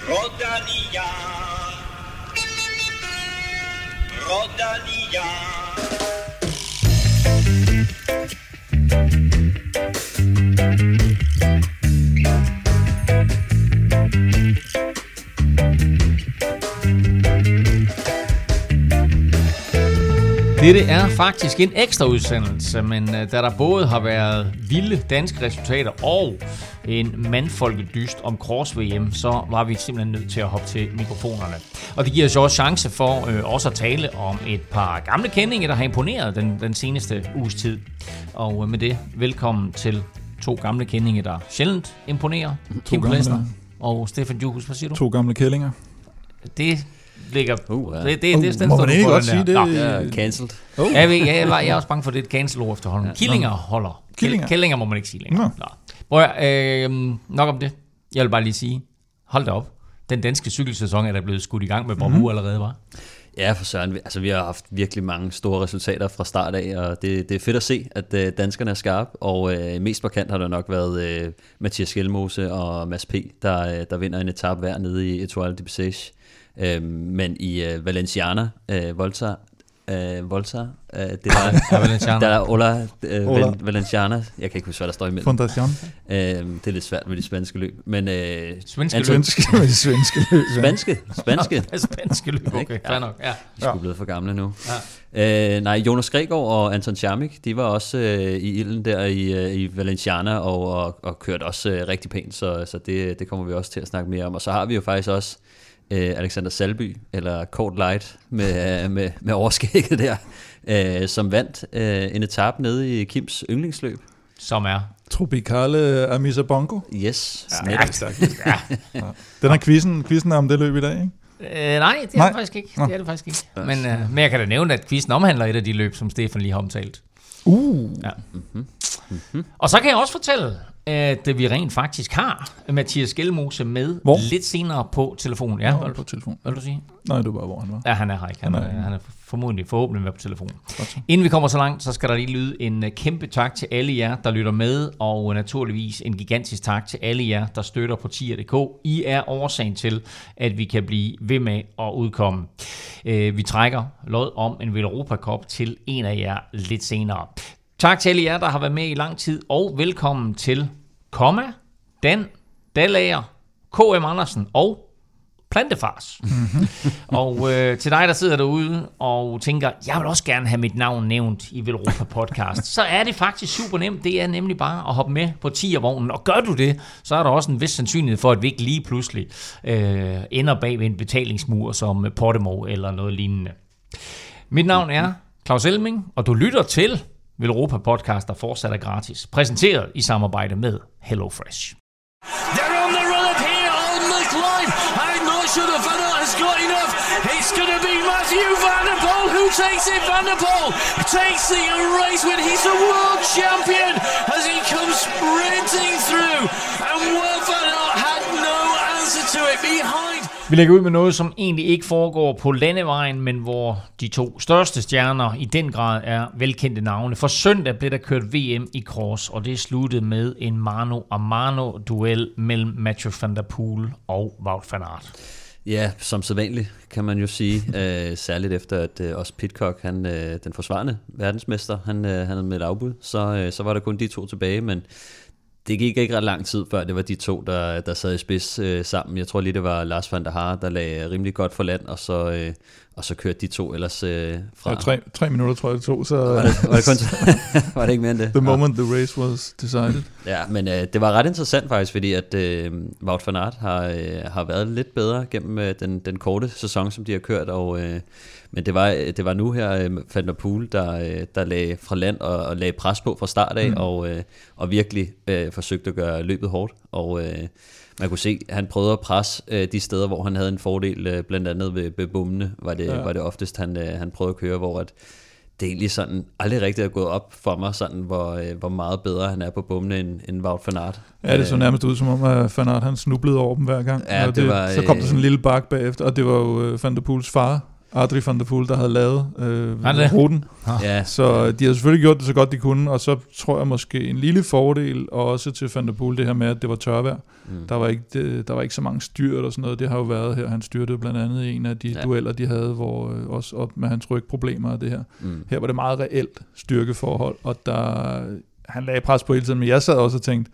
Rodalia. Rodalia. Dette er faktisk en ekstra udsendelse, men da der både har været vilde danske resultater og en mandfolkedyst om cross-VM, så var vi simpelthen nødt til at hoppe til mikrofonerne. Og det giver os også chance for også at tale om et par gamle kendinge, der har imponeret den seneste uges tid. Og med det, velkommen til to gamle kendinge, der sjældent imponerer. Kim Plesner og Stefan Djurhus. Hvad siger du? To gamle kællinger. Det ligger... Må man ikke godt sige det? Ja, cancelled. Jeg er også bange for, det er et cancel-ord efterhånden. Killinger holder. Kællinger må man ikke sige længere. Nok om det. Jeg vil bare lige sige, hold da op. Den danske cykelsæson er der blevet skudt i gang med Bormu allerede, var. Ja, for søren. Altså, vi har haft virkelig mange store resultater fra start af, og det er fedt at se, at danskerne er skarpe, og mest markant har der nok været Mathias Skelmose og Mads P., der vinder en etape hver nede i Etoile de Bessèges. Men i Valenciana, Volta, det der er Ola Valenciana, jeg kan ikke huske, hvad der står imellem. Fondation. Det er lidt svært med de spanske løb, men spanske løb. Spanske løb, okay, fair nok. Ja. Vi skulle blive for gamle nu. Ja. Jonas Gregor og Anton Charmik, de var også i ilden der i Valenciana og kørte også rigtig pænt, så det kommer vi også til at snakke mere om. Og så har vi jo faktisk også Alexander Salby, eller Court Light med overskægget der, som vandt en etape nede i Kims yndlingsløb. Som er? Tropicale Amisa Bongo. Yes. Ja. Den er quizzen om det løb i dag, ikke? Nej, det er det faktisk ikke. Det er det faktisk ikke. Men jeg kan da nævne, at quizzen omhandler et af de løb, som Stefan lige har omtalt. Ja. Mm-hmm. Og så kan jeg også fortælle, at vi rent faktisk har Mathias Skelmose med lidt senere på telefonen. Ja, på telefonen. Hvad vil du sige? Nej, det var bare, hvor han var. Ja, han er her ikke. Han er forhåbentlig med på telefonen. Inden vi kommer så langt, så skal der lige lyde en kæmpe tak til alle jer, der lytter med, og naturligvis en gigantisk tak til alle jer, der støtter på tier.dk. I er årsagen til, at vi kan blive ved med at udkomme. Vi trækker lod om en Velropa Cup til en af jer lidt senere. Tak til alle jer, der har været med i lang tid, og velkommen til Dan, Dalager, KM Andersen og Plantefars. Mm-hmm. Og til dig, der sidder derude og tænker, jeg vil også gerne have mit navn nævnt i Velropa Podcast, så er det faktisk super nemt. Det er nemlig bare at hoppe med på tiervognen, og gør du det, så er der også en vis sandsynlighed for, at vi ikke lige pludselig ender bag ved en betalingsmur som Podimo eller noget lignende. Mit navn er Claus Elming, og du lytter til Velropa Podcast, der fortsat er gratis. Præsenteret i samarbejde med HelloFresh. They're on the run up here on McLean. I'm not sure if Van Aert has got enough. It's going to be Mathieu van der Poel who takes it. Van der Poel takes the race win. He's a world champion as he comes sprinting through. And Wout van Aert had no answer to it behind. Vi lægger ud med noget, som egentlig ikke foregår på landevejen, men hvor de to største stjerner i den grad er velkendte navne. For søndag blev der kørt VM i cross, og det sluttede med en mano-a-mano-duel mellem Mathieu van der Poel og Wout van Aert. Ja, som sædvanligt kan man jo sige, særligt efter at også Pidcock, den forsvarende verdensmester, han havde med et afbud, så var der kun de to tilbage, men det gik ikke ret lang tid før, det var de to, der sad i spids sammen. Jeg tror lige, det var Lars van der Haar, der lagde rimelig godt for land, og så kørte de to ellers fra. Ja, 3 minutter, tror jeg, det tog. Så var det ikke mere end det? The moment the race was decided. Ja, men det var ret interessant faktisk, fordi at Wout van Aert har været lidt bedre gennem den korte sæson, som de har kørt, men det var nu her Van der Poel, der lagde fra land og lagde pres på fra start af, og virkelig forsøgte at gøre løbet hårdt, og man kunne se, at han prøvede at presse de steder, hvor han havde en fordel, blandt andet ved bommene, var det oftest, han prøvede at køre, hvor at det egentlig sådan aldrig rigtig er gået op for mig, sådan hvor meget bedre han er på bommene end Wout van Aert. Ja, det så nærmest ud som om, at Van Aert han snublede over dem hver gang. Ja, så kom der sådan en lille bak bagefter, og det var jo Van der Poels far, Adrie van der Poel, der havde lavet ruten. Ja. Så de har selvfølgelig gjort det så godt de kunne, og så tror jeg måske en lille fordel også til Van der Poel, det her med, at det var tørvejr. Der var ikke så mange styrt og sådan noget. Det har jo været her. Han styrtede blandt andet i en af de dueller, de havde, hvor også op med hans rygproblemer og det her. Her var det meget reelt styrkeforhold, og han lagde pres på hele tiden, men jeg sad også og tænkte,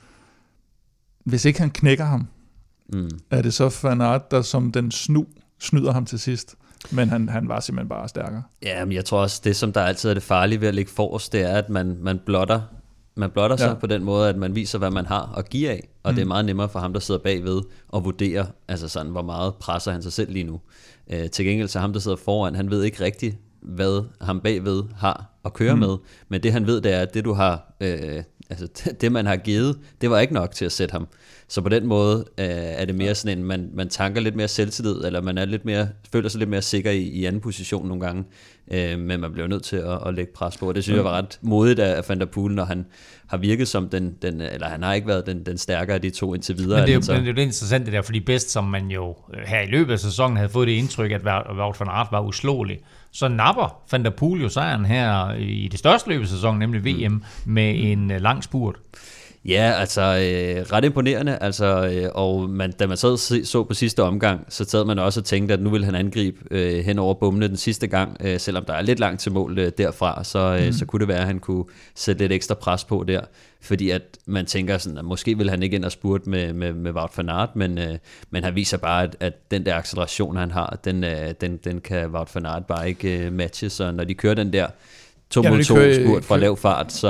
hvis ikke han knækker ham, er det så Van Aert, der som den snyder ham til sidst. Men han var simpelthen bare stærkere. Ja, men jeg tror også, det som der altid er det farlige ved at ligge forrest, det er, at man blotter sig på den måde, at man viser, hvad man har at give af, og det er meget nemmere for ham, der sidder bagved, at vurdere, altså sådan, hvor meget presser han sig selv lige nu. Til gengæld så ham, der sidder foran, han ved ikke rigtigt, hvad ham bagved har at køre med, men det han ved, det er, at det du har, altså det man har givet, det var ikke nok til at sætte ham. Så på den måde er det mere sådan en, man tanker lidt mere selvtillid, eller man er lidt mere, føler sig lidt mere sikker i anden position nogle gange, men man bliver nødt til at lægge pres på, og det synes jeg var ret modigt af Van der Poel, når han har virket som den eller han har ikke været den stærkere af de to indtil videre. Men det er jo det interessante der, fordi bedst som man jo her i løbet af sæsonen havde fået det indtryk, at Wout van Aert var uslåelig, så napper Van der Poel jo sejren her i det største løb af sæsonen, nemlig VM, med en lang spurt. Ja, altså ret imponerende, altså, og da man så på sidste omgang, så sad man også og tænkte, at nu vil han angribe hen over bommene den sidste gang, selvom der er lidt langt til mål derfra, så kunne det være, at han kunne sætte lidt ekstra pres på der, fordi at man tænker sådan, at måske vil han ikke ind og spurte med Wout van Aert, men han viser bare, at den der acceleration, han har, den kan Wout van Aert bare ikke matche, så når de kører den der 2-2 spurt fra lav fart, så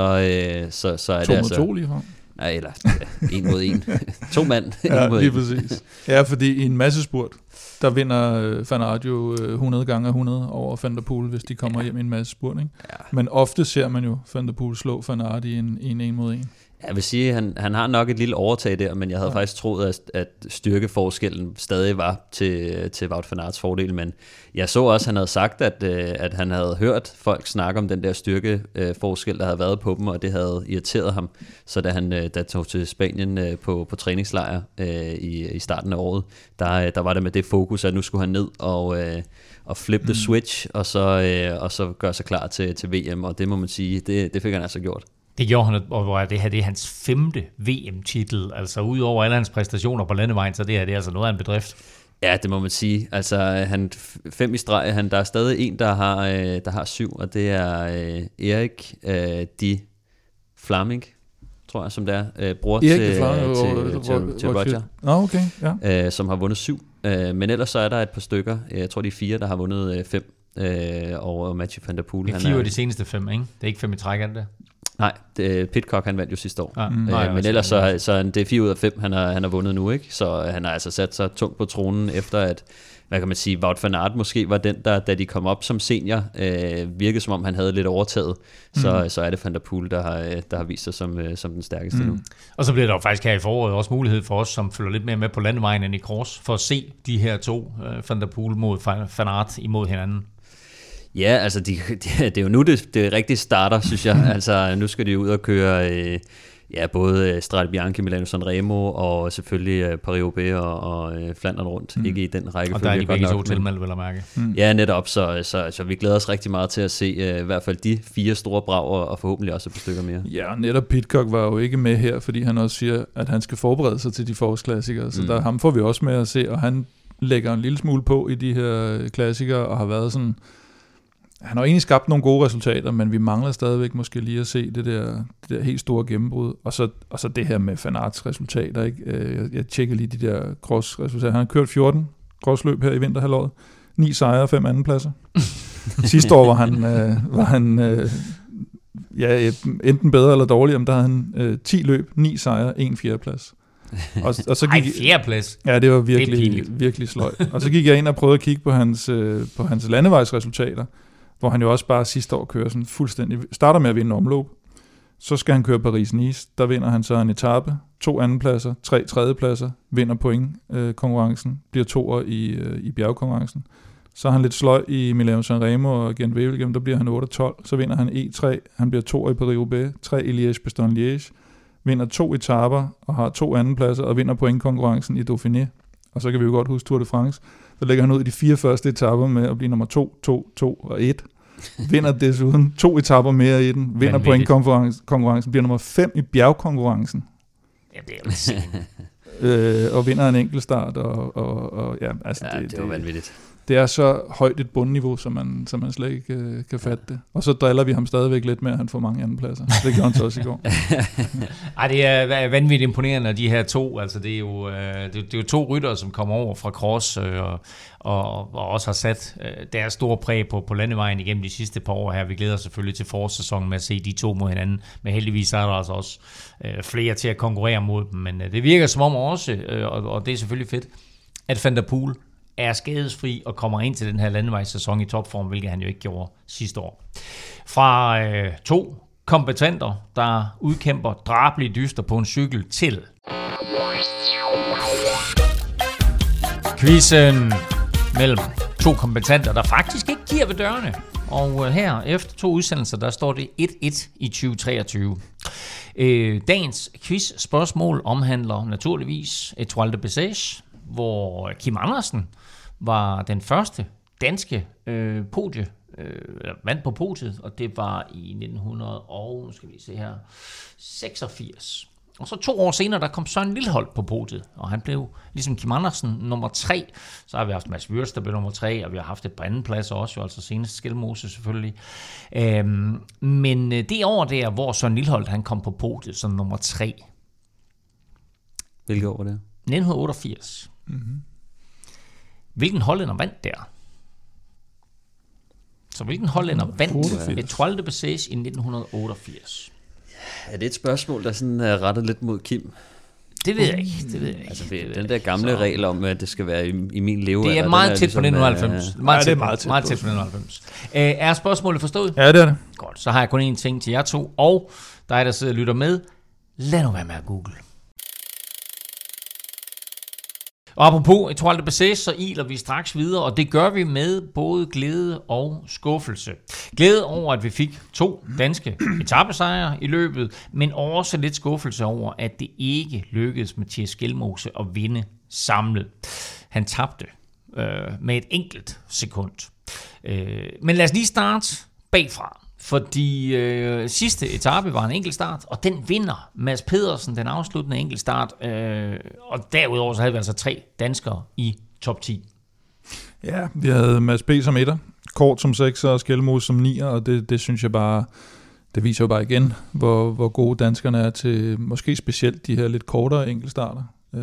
er det altså... 2-2 lige fra. Nej, eller 1 mod 1. 2 mand. Ja, lige præcis. Ja, fordi i en masse spurt, der vinder Van Aert jo 100 gange 100 over Van der Poel, hvis de kommer hjem i en masse spurt. Ikke? Ja. Men ofte ser man jo Van der Poel slå Van Aert i en 1 mod 1. Jeg vil sige, at han har nok et lille overtag der, men jeg havde faktisk troet, at styrkeforskellen stadig var til Wout van Aerts fordel, men jeg så også, at han havde sagt, at han havde hørt folk snakke om den der styrkeforskel, der havde været på dem, og det havde irriteret ham. Så da han tog til Spanien på træningslejr i starten af året, der var det med det fokus, at nu skulle han ned og flip the switch, og så gøre sig klar til VM, og det må man sige, det fik han altså gjort. Det gjorde han, og det her det er hans 5. VM-titel, altså udover alle hans præstationer på landevejen, så det her det er altså noget af en bedrift. Ja, det må man sige. Altså, han 5 i streg, der er stadig en, der har 7, og det er Erik de Flaming, tror jeg, som det er, bror til Roger, okay, ja. Som har vundet 7. Men ellers så er der et par stykker, jeg tror de er 4, der har vundet 5, og Mathieu van der Poel. Det er 4 af de seneste 5, ikke? Det er ikke 5 i træk, er det? Nej, Pidcock han vandt jo sidste år, men ellers så det er 4 ud af 5 han har vundet nu, ikke? Så han har altså sat sig tungt på tronen efter at, hvad kan man sige, Wout van Aert måske var den der, da de kom op som senior, virkede som om han havde lidt overtaget, så er det Van der Poel der har vist sig som den stærkeste nu. Og så bliver der jo faktisk her i foråret også mulighed for os, som følger lidt mere med på landevejen end i cross, for at se de her to, Van der Poel mod Van Aert imod hinanden. Ja, altså det er jo nu, det rigtig starter, synes jeg. Altså nu skal de ud og køre både Strade Bianche, Milano Sanremo og selvfølgelig Paris-Roubaix og Flandern rundt. Ikke i den rækkefølge. Og der er de begge to tilmeldt, vil jeg mærke. Ja, netop. Så vi glæder os rigtig meget til at se i hvert fald de 4 store brag og forhåbentlig også et par stykker mere. Ja, netop Pidcock var jo ikke med her, fordi han også siger, at han skal forberede sig til de forårsklassikere. Så ham får vi også med at se, og han lægger en lille smule på i de her klassikere og har været sådan... Han har egentlig skabt nogle gode resultater, men vi mangler stadigvæk måske lige at se det der helt store gennembrud. Og så det her med Van Aerts resultater. Ikke? Jeg tjekker lige de der cross-resultater. Han har kørt 14 crossløb her i vinterhalvåret. 9 sejre, 5 andenpladser. Sidste år var han enten bedre eller dårligere, men der havde han 10 løb, 9 sejre, 1 fjerdeplads. Og så gik, fjerdeplads. Ja, det var virkelig sløjt. Og så gik jeg ind og prøvede at kigge på hans landevejsresultater, hvor han jo også bare sidste år kører sådan fuldstændig, starter med at vinde omløb, så skal han køre Paris-Nice, der vinder han så en etape, 2 andenpladser, 3 tredjepladser, vinder point-konkurrencen, bliver 2'er i bjergkonkurrencen. Så er han lidt sløj i Milano Sanremo og Gent-Wevelgem, der bliver han 8-12, så vinder han E3, han bliver 2'er i Paris-Roubaix, 3 i Liège-Bastogne-Liège, vinder 2 etaper og har 2 andenpladser og vinder point-konkurrencen i Dauphiné. og så kan vi jo godt huske Tour de France, så lægger han ud i de 4 første etaper med at blive nummer 2, 2, 2 og 1. Vinder desuden 2 etaper mere i den, vinder pointkonkurrencen, bliver nummer 5 i bjergkonkurrencen. Ja, det er jo og vinder en enkeltstart, og ja, altså det var vanvittigt. Det er så højt et bundniveau, som man slet ikke kan fatte det. Og så driller vi ham stadigvæk lidt med, at han får mange andenpladser. Det gjorde han så også i går. Ej, det er vanvittigt imponerende, de her 2. Altså, det er jo 2 ryttere, som kommer over fra cross og også har sat deres store præg på landevejen igennem de sidste par år her. Vi glæder os selvfølgelig til forårssæsonen med at se de 2 mod hinanden. Men heldigvis er der altså også flere til at konkurrere mod dem. Men det virker som om også, og det er selvfølgelig fedt, at Van der Poel er skadesfri og kommer ind til den her landevejssæson i topform, hvilket han jo ikke gjorde sidste år. Fra 2 kompetenter, der udkæmper drabelige dyster på en cykel, til quizzen mellem 2 kompetenter, der faktisk ikke giver ved dørene. Og her, efter 2 udsendelser, der står det 1-1 i 2023. Dagens quiz-spørgsmål omhandler naturligvis Étoile de Bessèges, hvor Kim Andersen var den første danske vandt på podiet, og det var i 1986. Og så 2 år senere, der kom Søren Lilholt på podiet, og han blev, ligesom Kim Andersen, nummer 3. Så har vi haft Mads Wirtz, der blev nummer 3, og vi har haft et par andenpladser også, jo, altså senest Skelmose selvfølgelig. Men det år der, hvor Søren Lilholt, han kom på podiet som nummer 3. Hvilket år var det? 1988. Mm-hmm. Hvilken hollænder vandt der? Så hvilken hollænder vandt Étoile de Bessèges i 1988? Er det et spørgsmål, der sådan er rettet lidt mod Kim? Det ved jeg ikke. Altså, den der gamle regel om, at det skal være i min levealder. Det er meget tæt på 1990. Det er meget tæt på 1990. Er spørgsmålet forstået? Ja, det er det. Godt, så har jeg kun én ting til jer 2, og dig, der sidder og lytter med. Lad nu være med at google. Og apropos Étoile de Bessèges, så iler vi straks videre, og det gør vi med både glæde og skuffelse. Glæde over, at vi fik 2 danske etapesejre i løbet, men også lidt skuffelse over, at det ikke lykkedes Mathias Skelmose at vinde samlet. Han tabte med et enkelt sekund. Men lad os lige starte bagfra. Fordi sidste etape var en enkeltstart, og den vinder Mads Pedersen, den afsluttende enkeltstart. Og derudover så havde vi altså 3 danskere i top 10. Ja, vi havde Mads P. som 1'er, Kort som 6'er og Skelmose som 9'er, og det synes jeg bare, det viser jo bare igen, hvor gode danskerne er til måske specielt de her lidt kortere enkeltstarter.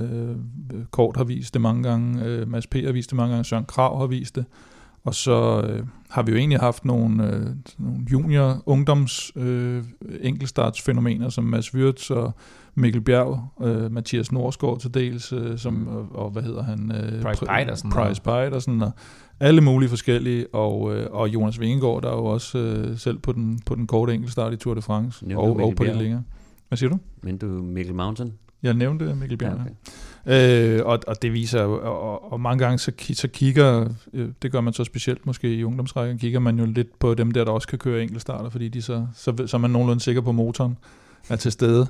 Kort har vist det mange gange, Mads P. har vist det mange gange, Søren Krag har vist det. Og så har vi jo egentlig haft nogle junior-ungdoms enkeltstartsfænomener, som Mads Wirtz og Mikkel Bjerg, Mathias Norsgaard til dels, og hvad hedder han? Price Pejdersen, og alle mulige forskellige, og Jonas Vingegaard, der er jo også selv på den korte enkeltstart i Tour de France, og på det længere. Hvad siger du? Men du Mikkel Mountain? Jeg nævnte Mikkel Bjerg. Ja, okay. Og det viser jo, og mange gange så kigger, det gør man så specielt måske i ungdomsrækken, kigger man jo lidt på dem der også kan køre enkeltstarter, fordi de så er man nogenlunde sikker på motoren er til stede,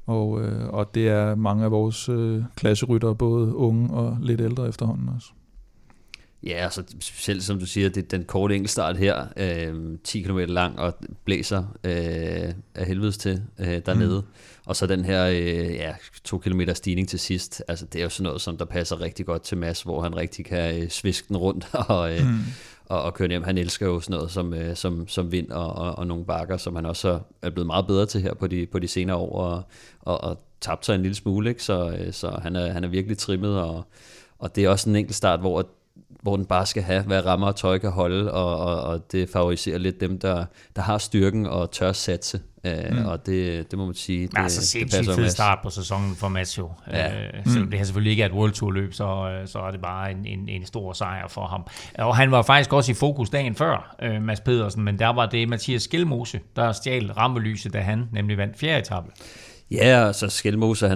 og det er mange af vores klasseryttere, både unge og lidt ældre efterhånden også. Ja, altså specielt som du siger, det er den korte enkeltstart her, 10 km lang og blæser af helvedes til dernede. Og så den her 2 km stigning til sidst, altså det er jo sådan noget, som der passer rigtig godt til Mads, hvor han rigtig kan sviske den rundt og køre hjem. Han elsker jo sådan noget som vind og nogle bakker, som han også er blevet meget bedre til her på de senere år, og tabt sig en lille smule, ikke? Så han er virkelig trimmet, og det er også en enkelt start, hvor den bare skal have, hvad rammer og tøj kan holde, og det favoriserer lidt dem, der har styrken og tør satse, og det må man sige. Det, altså sindssygt fed start på sæsonen for Mads jo. Selvom det her selvfølgelig ikke er et World Tour løb, så er det bare en stor sejr for ham. Og han var faktisk også i fokus dagen før, Mads Pedersen, men der var det Mathias Skelmose, der stjal rammelyset, da han nemlig vandt 4. etape. Ja, så Skelmose,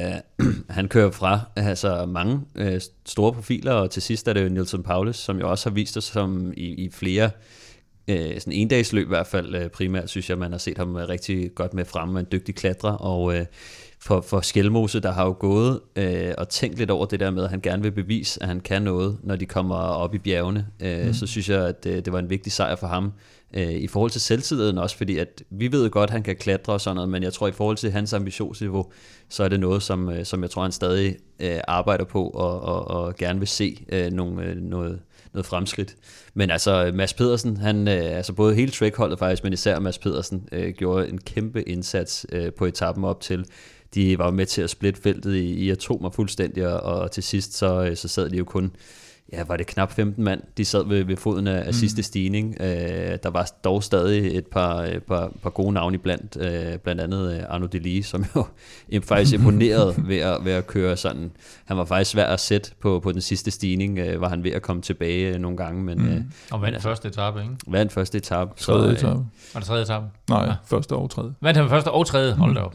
han kører fra altså mange store profiler, og til sidst er det jo Nilsson Paulus, som jo også har vist sig som i flere sådan endagsløb i hvert fald primært, synes jeg, man har set ham rigtig godt med fremme, en dygtig klatrer, og for Skelmose, der har jo gået og tænkt lidt over det der med, at han gerne vil bevise, at han kan noget, når de kommer op i bjergene. Så synes jeg, at det var en vigtig sejr for ham. I forhold til selvtilliden også, fordi at vi ved godt, at han kan klatre og sådan noget, men jeg tror, i forhold til hans ambitionsniveau, så er det noget, som jeg tror, han stadig arbejder på og gerne vil se noget fremskridt. Men altså Mads Pedersen, han altså både hele Trek-holdet faktisk, men især Mads Pedersen gjorde en kæmpe indsats på etappen op til. De var med til at splitte feltet i atomer fuldstændig, og til sidst så sad de jo kun, var det knap 15 mand, de sad ved foden af sidste stigning. Der var dog stadig et par gode navne iblandt, blandt andet Arno Delis, som jo faktisk imponerede ved at køre sådan. Han var faktisk svær at sætte på den sidste stigning, var han ved at komme tilbage nogle gange. Men, og vandt første etape, ikke? Vandt første etape. Tredje etape. Var det tredje etape? Nej, første og tredje. Vandt han første og tredje? Hold da op.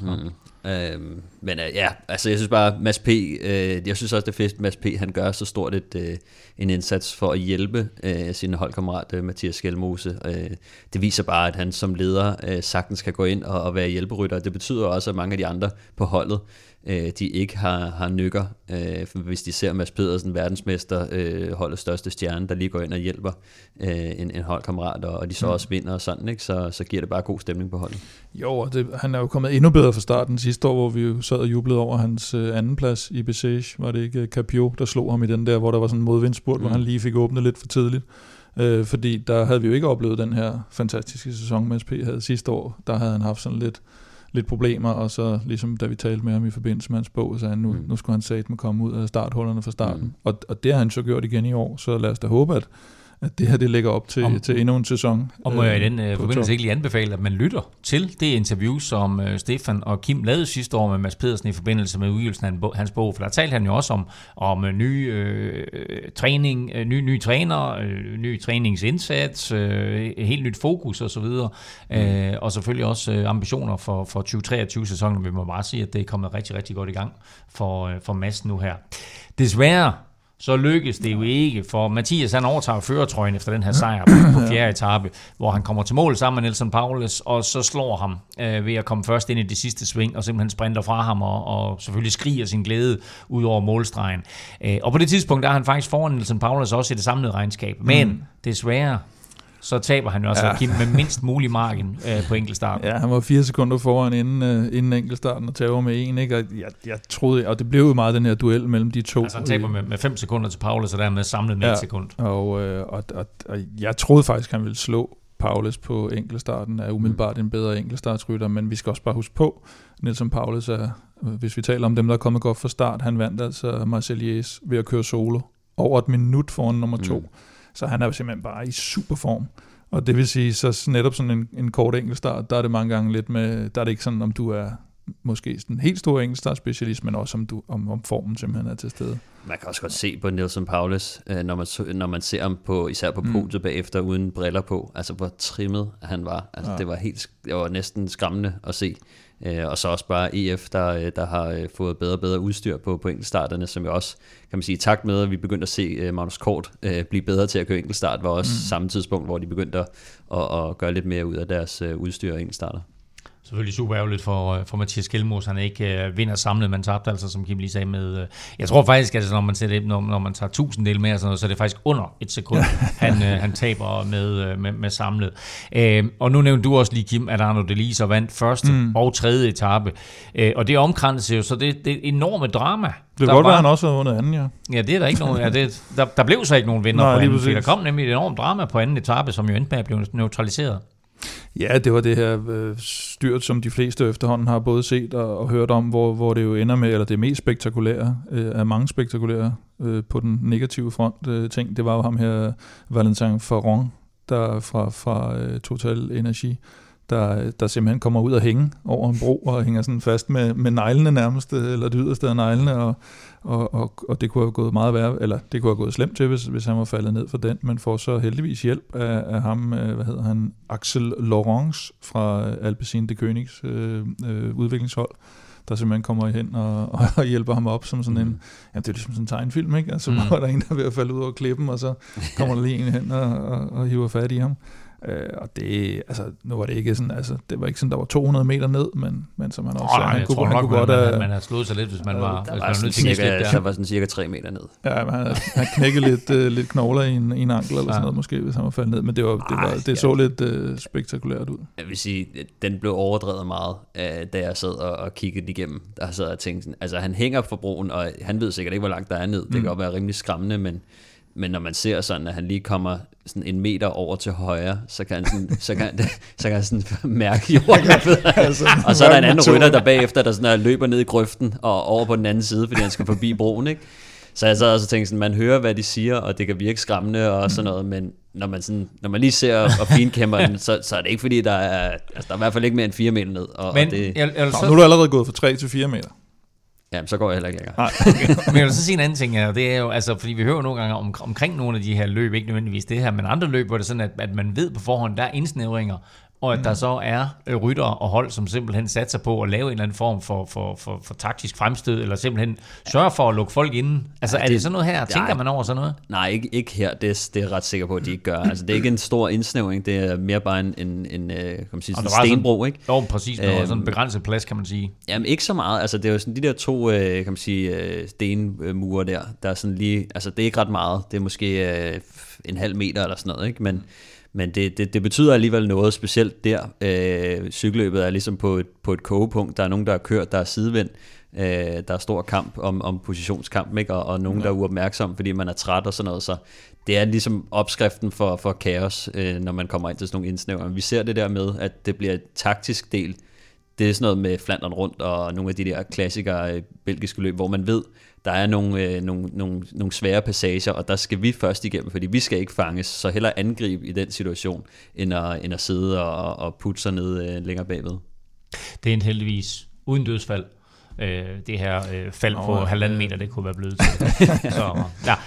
Men altså jeg synes bare, Mads P., jeg synes også det er fedt, Mads P., han gør så stort en indsats for at hjælpe sin holdkammerat Mathias Skelmose. Det viser bare, at han som leder sagtens kan gå ind og være hjælperytter. Det betyder også, at mange af de andre på holdet, de ikke har nykker. Hvis de ser Mads Pedersen, verdensmester, holdets største stjerne, der lige går ind og hjælper en holdkammerat, og de så også vinder og sådan, ikke? Så giver det bare god stemning på holdet. Jo, og han er jo kommet endnu bedre fra starten sidste år, hvor vi jo sad og jublede over hans anden plads i Bessèges. Var det ikke Capio, der slog ham i den der, hvor der var sådan en modvindspurt, hvor han lige fik åbnet lidt for tidligt. Fordi der havde vi jo ikke oplevet den her fantastiske sæson, Mads P. havde sidste år. Der havde han haft sådan lidt problemer, og så ligesom da vi talte med ham i forbindelse med hans bog, så nu skulle han satme komme ud af starthullerne fra starten. Og det har han så gjort igen i år, så lad os da håbe, at det her det lægger op til endnu en sæson. Og må jeg i den forbindelse ikke lige anbefale, at man lytter til det interview, som Stefan og Kim lavede sidste år med Mads Pedersen i forbindelse med udgivelsen af hans bog, for der talte han jo også om ny træning, ny træner, ny træningsindsats, helt nyt fokus og så videre, og selvfølgelig også ambitioner for 2023-sæsonen. Vi må bare sige, at det er kommet rigtig, rigtig godt i gang for Mads nu her. Desværre så lykkes det jo ikke, for Mathias han overtager førertrøjen efter den her sejr på fjerde etape, hvor han kommer til mål sammen med Nelson Paulus, og så slår ham ved at komme først ind i det sidste sving, og simpelthen sprinter fra ham, og selvfølgelig skriger sin glæde ud over målstregen. Og på det tidspunkt, der er han faktisk foran Nelson Paulus også i det samlede regnskab, men desværre så taber han jo også Kim med mindst mulig margin på enkeltstarten. Ja, han var 4 sekunder foran inden enkeltstarten og taber med 1, ikke? Og jeg troede, og det blev jo meget den her duel mellem de to. Altså han taber med 5 sekunder til Paulus, og dermed samlet med 1 sekund. Og jeg troede faktisk, han ville slå Paulus på enkeltstarten, er umiddelbart en bedre enkeltstartsrytter, men vi skal også bare huske på, Nelson Paulus er, hvis vi taler om dem, der er kommet godt fra start, han vandt altså Marseillais ved at køre solo over et minut foran nummer 2. Så han er jo simpelthen bare i super form. Og det vil sige, så netop sådan en kort enkeltstart, der er det mange gange lidt med, der er det ikke sådan, om du er måske en helt stor enkeltstartspecialist, men også om formen simpelthen er til stede. Man kan også godt se på Nelson Paulus, når man ser ham især på podiet bagefter uden briller på, altså hvor trimmet han var. Altså det var næsten skræmmende at se. Og så også bare EF, der har fået bedre og bedre udstyr på enkeltstarterne, som jo også, kan man sige, i takt med, at vi begyndte at se Magnus Kort blive bedre til at køre enkeltstart, var også samme tidspunkt, hvor de begyndte at gøre lidt mere ud af deres udstyr og enkeltstarter. Selvfølgelig super ærgerligt for Mathias Skelmose, han ikke vinder samlet, man tabte, altså som Kim lige sagde med, jeg tror faktisk, at når man tager 1000 del mere, så er det faktisk under 1 sekund, han taber med samlet. Og nu nævnte du også lige, Kim, at Arno Delis vandt første og tredje etape, og det omkransede jo så det enorme drama. Det kan godt være, han også har vundet anden, ja. Ja, det er der ikke nogen, der blev så ikke nogen vinder på anden, fordi der kom nemlig et enormt drama på anden etape, som jo endte med at blive neutraliseret. Ja, det var det her styrt, som de fleste efterhånden har både set og hørt om, hvor det jo ender med, eller det mest spektakulære af mange spektakulære på den negative front ting, det var jo ham her, Valentin Faron, der fra Total Energy, der simpelthen kommer ud og hænge over en bro og hænger sådan fast med neglene nærmest, eller det yderste af neglene, og det kunne have gået meget værre, eller det kunne have gået slemt til, hvis han var faldet ned for den, men får så heldigvis hjælp af ham, Axel Laurence fra Alpecin de Königs udviklingshold, der simpelthen kommer hen og hjælper ham op som sådan en, ja, det er ligesom sådan en tegnefilm, ikke? Altså, hvor der er en, der er ved at falde ud over klippen, og så kommer der lige en hen og hiver fat i ham. Og det, altså, nu var det ikke sådan, altså, det var ikke sådan, der var 200 meter ned, men som han også han kunne godt man havde slået sig lidt, hvis man var nødt til at slippe der. Der var sådan cirka 3 meter ned. Ja, han knækkede lidt knogler i en ankel eller sådan noget, måske, hvis han var faldet ned, men det så lidt spektakulært ud. Jeg vil sige, den blev overdrevet meget, da jeg sad og kiggede igennem. Der sad og tænkte sådan, altså han hænger på broen, og han ved sikkert ikke, hvor langt der er ned. Det kan godt være rimelig skræmmende, men når man ser sådan, at han lige kommer sådan 1 meter over til højre, så kan han sådan mærke jorden. Og så er der en anden rytter, der bagefter, der sådan løber ned i grøften og over på den anden side, fordi han skal forbi broen, ikke? Så jeg sad også og tænkte sådan, man hører, hvad de siger, og det kan virke skræmmende og sådan noget, men når man lige ser og finkæmper den, så er det ikke fordi, der er i hvert fald ikke mere end 4 meter ned. Men nu er du allerede gået fra 3 til 4 meter. Jamen, så går jeg heller ikke længere. Okay. Men jeg vil så sige en anden ting her, det er jo, altså, fordi vi hører nogle gange omkring nogle af de her løb, ikke nødvendigvis det her, men andre løb, hvor det er sådan, at man ved på forhånd, der er indsnævringer, og at der så er ryttere og hold, som simpelthen satser på at lave en eller anden form for taktisk fremstød, eller simpelthen sørge for at lukke folk inden. Altså, er det sådan noget her? Tænker man over sådan noget? Nej, ikke her. Det er jeg ret sikker på, at de ikke gør. Altså, det er ikke en stor indsnævring, det er mere bare en kan man sige, sådan en stenbro, ikke? Jo, præcis. Sådan en begrænset plads, kan man sige. Jamen, ikke så meget. Altså, det er jo sådan de der 2, kan man sige, stenmure der er sådan lige, altså, det er ikke ret meget. Det er måske en halv meter eller sådan noget, ikke? Men det betyder alligevel noget, specielt der. Cykelløbet er ligesom på et kogepunkt. Der er nogen, der har kørt, der er sidevind. Der er stor kamp om positionskamp, ikke? Og nogen, der er uopmærksom, fordi man er træt og sådan noget. Så det er ligesom opskriften for kaos, når man kommer ind til sådan nogle indsnævringer. Vi ser det der med, at det bliver et taktisk del. Det er sådan noget med Flandern rundt og nogle af de der klassikere belgiske løb, hvor man ved, der er nogle svære passager, og der skal vi først igennem, fordi vi skal ikke fanges, så hellere angribe i den situation, end at sidde og putte sig ned længere bagved. Det er en heldigvis uden dødsfald. Det her fald på 1,5 meter, det kunne være blevet til. Så,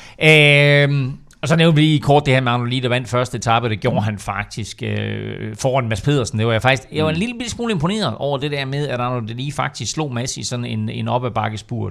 ja. Og så nævnte vi lige kort det her med Arno Lie, der vandt første etape. Det gjorde han faktisk foran Mads Pedersen. Det var jeg var en lille smule imponeret over det der med, at Arno Lie faktisk slog Mads i sådan en op ad bakkespurt.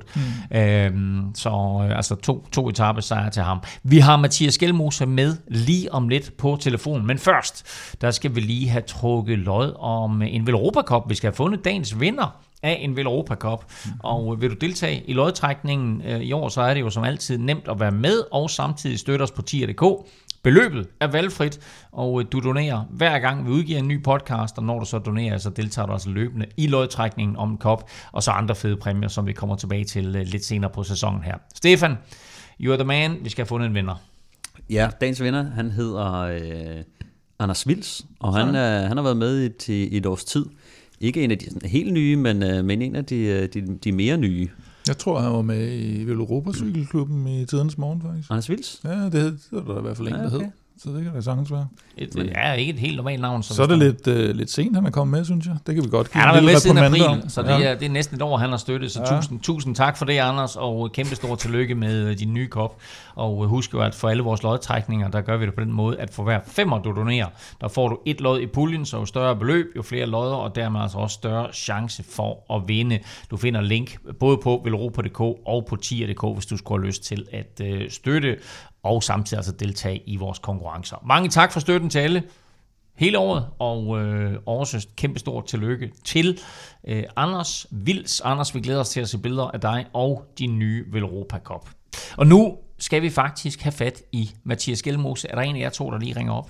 Altså to etapesejre til ham. Vi har Mathias Skjelmose med lige om lidt på telefonen. Men først, der skal vi lige have trukket lod om en Velropa Cup. Vi skal have fundet dagens vinder af en Velropa Cup. Og vil du deltage i lodtrækningen i år, så er det jo som altid nemt at være med, og samtidig støtte os på tier.dk. Beløbet er valgfrit, og du donerer hver gang vi udgiver en ny podcast, og når du så donerer, så deltager du altså løbende i lodtrækningen om en cup, og så andre fede præmier, som vi kommer tilbage til lidt senere på sæsonen her. Stefan, you are the man. Vi skal have fundet en vinder. Ja, dagens vinder, han hedder Anders Wils, og han har været med i et års tid. Ikke en af de sådan helt nye, men en af de mere nye. Jeg tror, han var med i Velropa Cykelklubben i tidernes morgen, faktisk. Anders Wils? Ja, det var der i hvert fald en, der hed. Så det kan da sagtens være. Det er ikke et helt normalt navn. Så er det lidt sent, han er kommet med, synes jeg. Det kan vi godt give. Han har været med siden april, så det er næsten et år, han har støttet. Så tusind tak for det, Anders, og kæmpe stor tillykke med din nye kop. Og husk jo, at for alle vores lodtrækninger, der gør vi det på den måde, at for hver 5'er, du donerer, der får du et lod i puljen, så jo større beløb, jo flere lodder, og dermed altså også større chance for at vinde. Du finder link både på velropa.dk og på tier.dk, hvis du skulle have lyst til at støtte, og samtidig altså deltage i vores konkurrencer. Mange tak for støtten til alle hele året, og også kæmpe stort tillykke til Anders Wils. Anders, vi glæder os til at se billeder af dig og din nye Velropa Cup. Og nu skal vi faktisk have fat i Mathias Skjelmose. Er der en af jer to, der lige ringer op?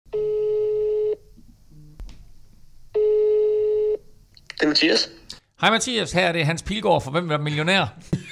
Det er Mathias. Hej Mathias, her er det Hans Pilgaard fra Hvem vil være millionær?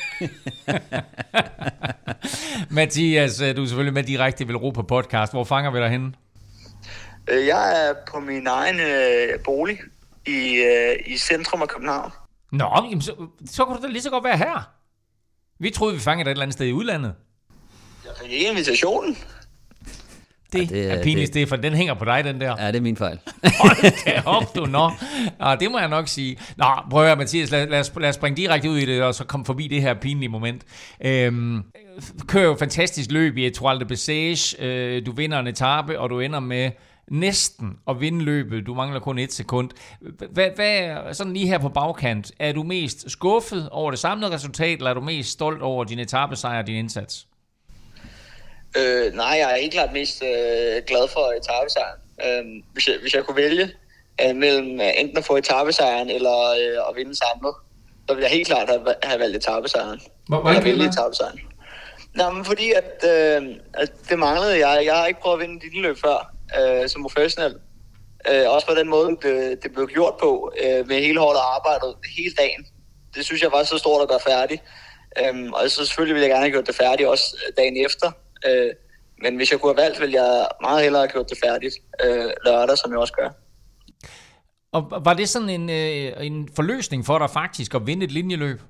Mathias, du er selvfølgelig med direkte i Velropa podcast. Hvor fanger vi dig henne? Jeg er på min egen bolig i centrum af København. Nå, jamen, så kunne du da lige så godt være her. Vi troede, vi fangede dig et eller andet sted i udlandet. Jeg fik ikke invitationen. Det er pinligt, Stefan. Den hænger på dig, den der. Ja, det er min fejl. Hold da op, du. Nå, det må jeg nok sige. Nå, prøv at høre, Mathias. Lad os springe direkte ud i det, og så komme forbi det her pinlige moment. Kører jo fantastisk løb i Etoile de Bessèges. Du vinder en etape, og du ender med næsten at vinde løbet. Du mangler kun 1 sekund. Hvad sådan lige her på bagkant, er du mest skuffet over det samlede resultat, eller er du mest stolt over din etapesejr og din indsats? Nej, jeg er helt klart mest glad for etapesejren. Hvis jeg kunne vælge mellem enten at få etapesejren eller at vinde samlet, så ville jeg helt klart have valgt etapesejren. Hvorfor vælge etapesejren? Nå, men fordi at det manglede jeg. Jeg har ikke prøvet at vinde et løb før som professionel. Også på den måde, det blev gjort på, med hele hårdt arbejdet hele dagen. Det synes jeg var så stort at gøre færdigt. Og så selvfølgelig ville jeg gerne have gjort det færdigt også dagen efter. Men hvis jeg kunne have valgt, ville jeg meget hellere have gjort det færdigt lørdag, som jeg også gør. Og var det sådan en forløsning for dig faktisk at vinde et linjeløb?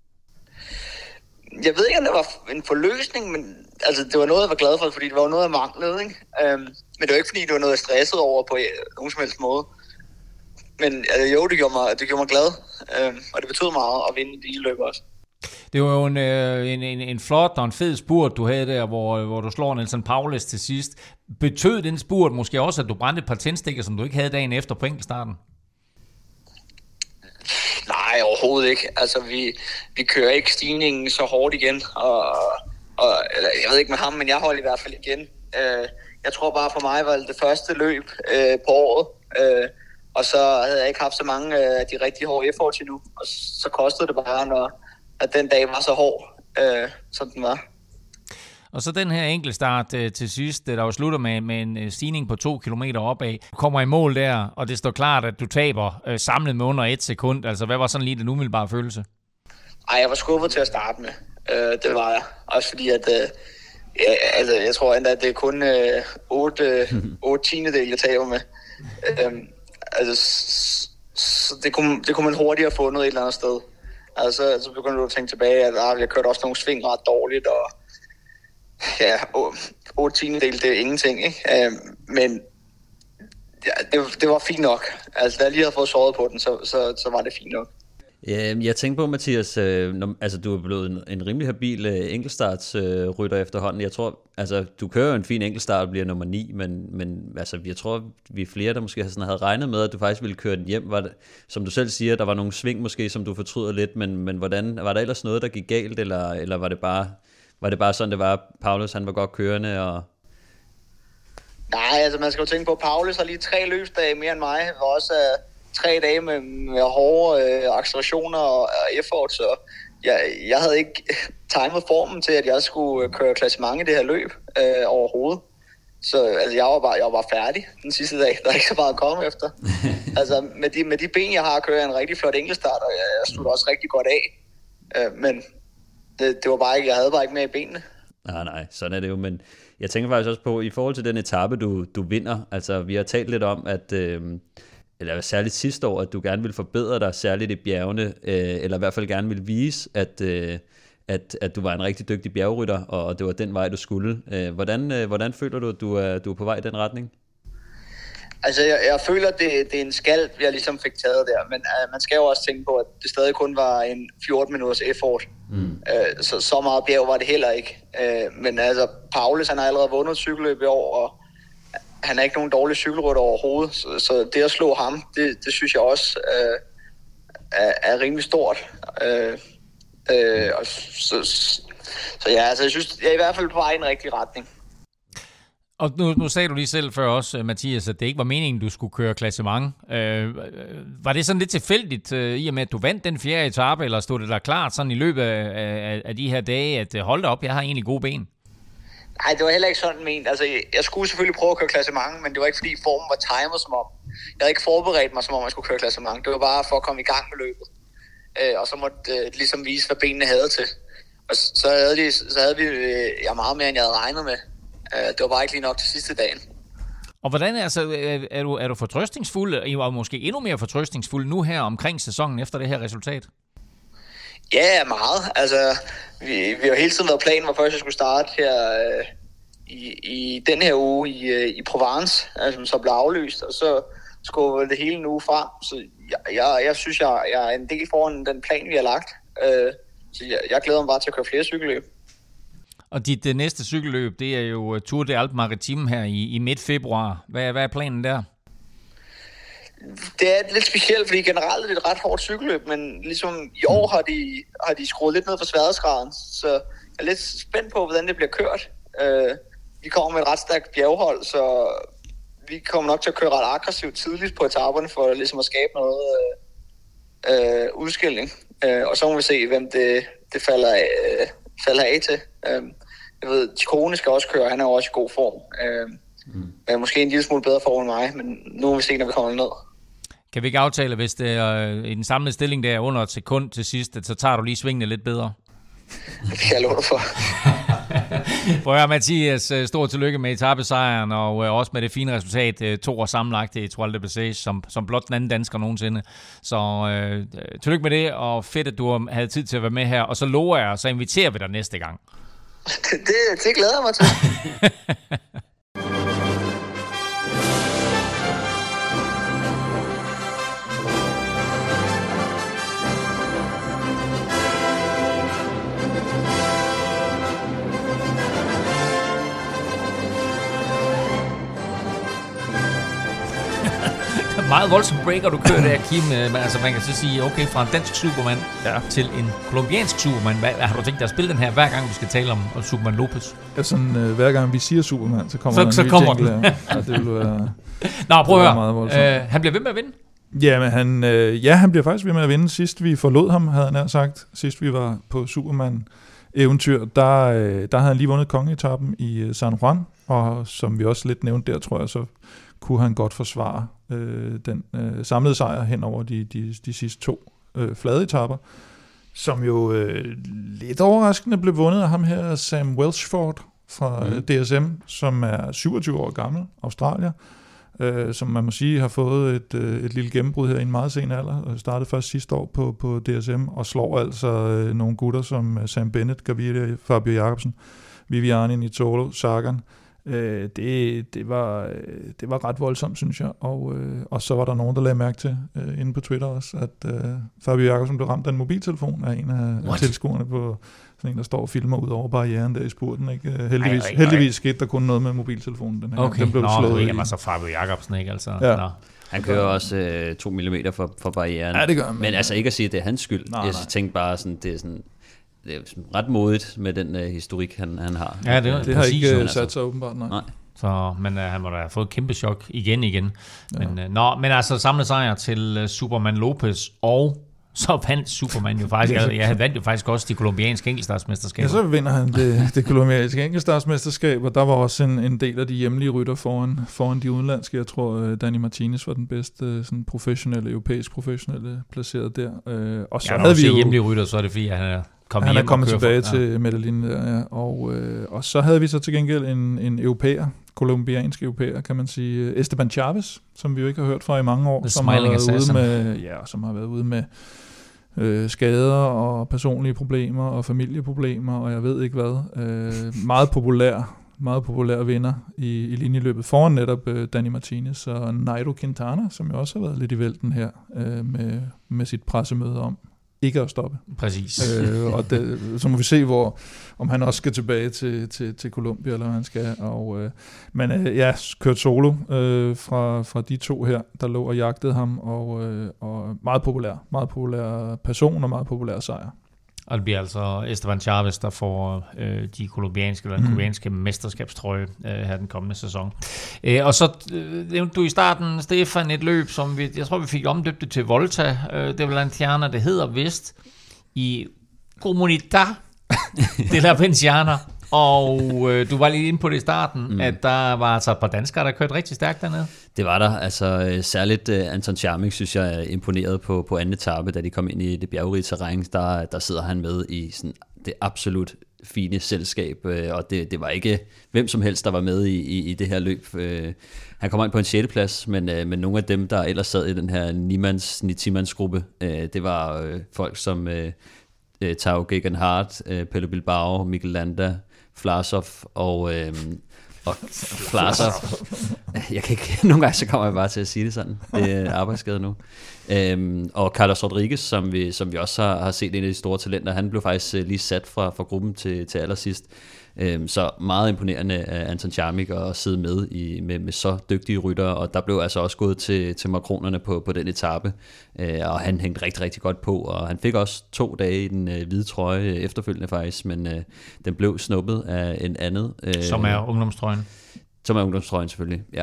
Jeg ved ikke, om det var en forløsning, men altså, det var noget, jeg var glad for, fordi det var noget, jeg manglede. Ikke? Men det var ikke, fordi det var noget, jeg stressede over på nogen som helst måde. Men jo, det gjorde mig glad, og det betød meget at vinde de løb også. Det var jo en flot og en fed spurt, du havde der, hvor du slår Nelson Powless til sidst. Betød den spurt måske også, at du brændte et par tændstikker, som du ikke havde dagen efter på enkeltstarten? Nej, overhovedet ikke. Altså, vi kører ikke stigningen så hårdt igen, og jeg ved ikke med ham, men jeg holdt i hvert fald igen. Jeg tror bare for mig var det første løb på året, og så havde jeg ikke haft så mange af de rigtig hårde efforts endnu, og så kostede det bare, at den dag var så hård, som den var. Og så den her enkeltstart til sidst, der jo slutter med en stigning på 2 kilometer opad. Du kommer i mål der, og det står klart, at du taber samlet med under 1 sekund. Altså, hvad var sådan lige den umiddelbare følelse? Ej, jeg var skuffet til at starte med. Det var jeg. Også fordi, at jeg tror endda, at det er kun 8 tiendedele, jeg taber med. Så det kunne man hurtigt have fundet et eller andet sted. Altså, så begyndte du at tænke tilbage, at jeg kørte også nogle sving ret dårligt, og ja, 8 tiendedele, det er ingenting, ikke? Men ja, det var fint nok. Altså, da jeg lige havde fået såret på den, så var det fint nok. Jeg tænker på, Mathias, altså du er blevet en rimelig habil enkeltstartsrytter efterhånden. Jeg tror, altså du kører jo en fin enkeltstart og bliver nummer 9, men altså jeg tror, vi er flere, der måske havde regnet med, at du faktisk ville køre den hjem. Var det, som du selv siger, der var nogle sving måske, som du fortryder lidt, men hvordan, var der ellers noget, der gik galt, eller var det bare sådan, det var? Powless, han var godt kørende, og... Nej, altså man skal jo tænke på, at Powless har lige 3 løbsdage mere end mig, og også 3 dage med hårde accelerationer og effort, så jeg havde ikke timet formen til, at jeg skulle køre klassement i det her løb overhovedet. Så altså, jeg var bare færdig den sidste dag. Der er ikke så meget at komme efter. Altså med de ben, jeg har, kører jeg en rigtig flot enkeltstart, og jeg slutter også rigtig godt af. Men det var bare ikke, jeg havde bare ikke mere i benene. Nej, sådan er det jo, men jeg tænker faktisk også på, i forhold til den etape, du vinder, altså vi har talt lidt om, at eller særligt sidste år, at du gerne vil forbedre dig, særligt i bjergene, eller i hvert fald gerne vil vise, at du var en rigtig dygtig bjergrytter, og det var den vej, du skulle. Hvordan føler du, at du er på vej i den retning? Altså, jeg føler, at det er en skalp, jeg ligesom fik taget der, men man skal jo også tænke på, at det stadig kun var en 14 minutters effort. Så meget bjerg var det heller ikke. Men altså, Powless, han har allerede vundet cykelløb i år, og han er ikke nogen dårlig cykelrytter overhovedet, så det at slå ham, det synes jeg også er rimelig stort. Så ja, altså jeg synes, jeg er i hvert fald på vej i en rigtig retning. Og nu sagde du lige selv før også, Mathias, at det ikke var meningen, du skulle køre klassement. Var det sådan lidt tilfældigt, i og med, at du vandt den 4. etape, eller stod det der klart sådan i løbet af de her dage, at hold da op, jeg har egentlig gode ben? Nej, det var heller ikke sådan ment. Altså, jeg skulle selvfølgelig prøve at køre klassement, men det var ikke fordi formen var timet som om. Jeg havde ikke forberedt mig, som om jeg skulle køre klassement. Det var bare for at komme i gang med løbet. Og så måtte det ligesom vise, hvad benene havde til. Og så havde vi meget mere, end jeg havde regnet med. Det var bare ikke lige nok til sidste dagen. Og hvordan er du fortrøstningsfuld, og måske endnu mere fortrøstningsfuld nu her omkring sæsonen efter det her resultat? Ja, meget. Altså, vi har hele tiden været planen, hvor først jeg skulle starte her i den her uge i Provence, altså, så blev aflyst, og så skulle det hele nu frem. Så jeg synes, jeg er en del foran den plan, vi har lagt. Så jeg glæder mig bare til at køre flere cykelløb. Og dit næste cykelløb, det er jo Tour de Alpes Maritimes her i midt februar. Hvad er planen der? Det er lidt specielt, fordi generelt er det et ret hårdt cykelløb, men ligesom i år har de skruet lidt ned for sværhedsgraden, så jeg er lidt spændt på, hvordan det bliver kørt. Vi kommer med et ret stærkt bjerghold, så vi kommer nok til at køre ret aggressivt tidligt på etaperne, for ligesom at skabe noget udskilling. Og så må vi se, hvem det falder af til. Jeg ved, Ciccone skal også køre, han er også i god form. Men måske en lille smule bedre form end mig, men nu må vi se, når vi kommer ned. Kan vi ikke aftale, hvis det er i den samlede stilling, der er under et sekund til sidst, så tager du lige svingene lidt bedre? Det kan jeg love dig for. Prøv at høre, Mathias, stort tillykke med etapesejren, og også med det fine resultat, 2 år sammenlagt i Étoile de Bessèges, som blot den anden dansker nogensinde. Så tillykke med det, og fedt, at du havde tid til at være med her, og så lover jeg, så inviterer vi dig næste gang. Det glæder jeg mig til. Meget voldsom breaker, du kører der, Kim. Altså, man kan så sige, okay, fra en dansk Superman til en kolumbiansk Superman. Har du tænkt dig at spille den her, hver gang vi skal tale om Superman Lopez? Ja, sådan, hver gang vi siger Superman, så kommer der en ny jingle. Ja, det vil være... Nå, prøv at høre. Han bliver ved med at vinde? Ja, men han bliver faktisk ved med at vinde. Sidst vi forlod ham, havde han sagt. Sidst vi var på Superman-eventyr, der havde han lige vundet kongeetappen i San Juan. Og som vi også lidt nævnte der, tror jeg, så kunne han godt forsvare den samlede sejr hen over de sidste 2 flade etapper, som jo lidt overraskende blev vundet af ham her, Sam Welchford fra DSM, som er 27 år gammel, australier, som man må sige har fået et lille gennembrud her i en meget sen alder, og startede først sidste år på DSM, og slår altså nogle gutter som Sam Bennett, Gaviria, Fabio Jacobsen, Viviani, Nizzolo, Sagan. Det var ret voldsomt, synes jeg, og så var der nogen, der lagde mærke til inde på Twitter også, at Fabio Jacobsen blev ramt af en mobiltelefon af en af tilskuerne på sådan en, der står og filmer ud over barrieren der i spurten, ikke? Heldigvis skete der kun noget med mobiltelefonen den her. Okay, den blev slået i. Altså Fabio Jacobsen, ikke? Altså, ja. Han kører også 2 mm for barrieren. Ja, det gør han. Men altså ikke at sige, at det er hans skyld. Jeg tænkte bare sådan, det er ret modigt med den historik, han har. Ja, det har præcis, ikke sat sig åbenbart, nej. Så, men han må da have fået et kæmpe chok igen. Ja. Men altså samlet sejr til Superman Lopez, og så vandt Superman jo faktisk, jeg vandt jo faktisk også de kolumbianske enkeltstartsmesterskaber. Ja, så vinder han det kolumbianske enkeltstartsmesterskab, og der var også en del af de hjemlige rytter foran de udenlandske. Jeg tror, Dani Martinez var den bedste sådan europæisk professionelle placeret der. Og så havde vi jo hjemlige rytter, så er det fordi, han er kommet tilbage til Medellin der, ja. Og så havde vi så til gengæld en europæer, kolumbiansk europæer, kan man sige, Esteban Chavez, som vi jo ikke har hørt fra i mange år, som har været ude med skader og personlige problemer og familieproblemer, og jeg ved ikke hvad. Meget populær vinder i linjeløbet foran netop Dani Martinez og Nairo Quintana, som jo også har været lidt i vælten her med sit pressemøde om ikke at stoppe. Præcis. Så må vi se, om han også skal tilbage til Colombia, eller hvad han skal. Men kørt solo fra de 2 her, der lå og jagtede ham, og meget populær person og meget populær sejr. Og det bliver altså Esteban Chavez, der får de kolumbianske mesterskabstrøje her den kommende sæson. Og så nævnte du i starten, Stefan, et løb, som jeg tror, vi fik omdøbt til Volta de Valenciana. Det hedder vist i Comunidad de la Valenciana. Og du var lige inde på det i starten, at der var altså et par danskere, der kørte rigtig stærkt dernede. Det var der. Altså særligt Anton Charming, synes jeg, er imponeret på anden etape, da de kom ind i det bjergrige terræn. Der sidder han med i sådan det absolut fine selskab, og det var ikke hvem som helst, der var med i det her løb. Han kommer ind på en 6. plads, men nogle af dem, der ellers sad i den her 9-10-mands gruppe, det var folk som Tao Geoghegan Hart, Pello Bilbao, Mikel Landa, Vlasov og Vlasov. Jeg kan ikke, nogle gange så kommer jeg bare til at sige det sådan. Det er arbejdsskade nu. Og Carlos Rodriguez, som vi også har set en af de store talenter, han blev faktisk lige sat fra gruppen til allersidst. Så meget imponerende af Anton Charming at sidde med så dygtige ryttere, og der blev altså også gået til makronerne på den etape, og han hængte rigtig, rigtig godt på, og han fik også 2 dage i den hvide trøje efterfølgende faktisk, men den blev snuppet af en andet. Som er ungdomstrøjen. Som er ungdomstrøjen selvfølgelig, ja.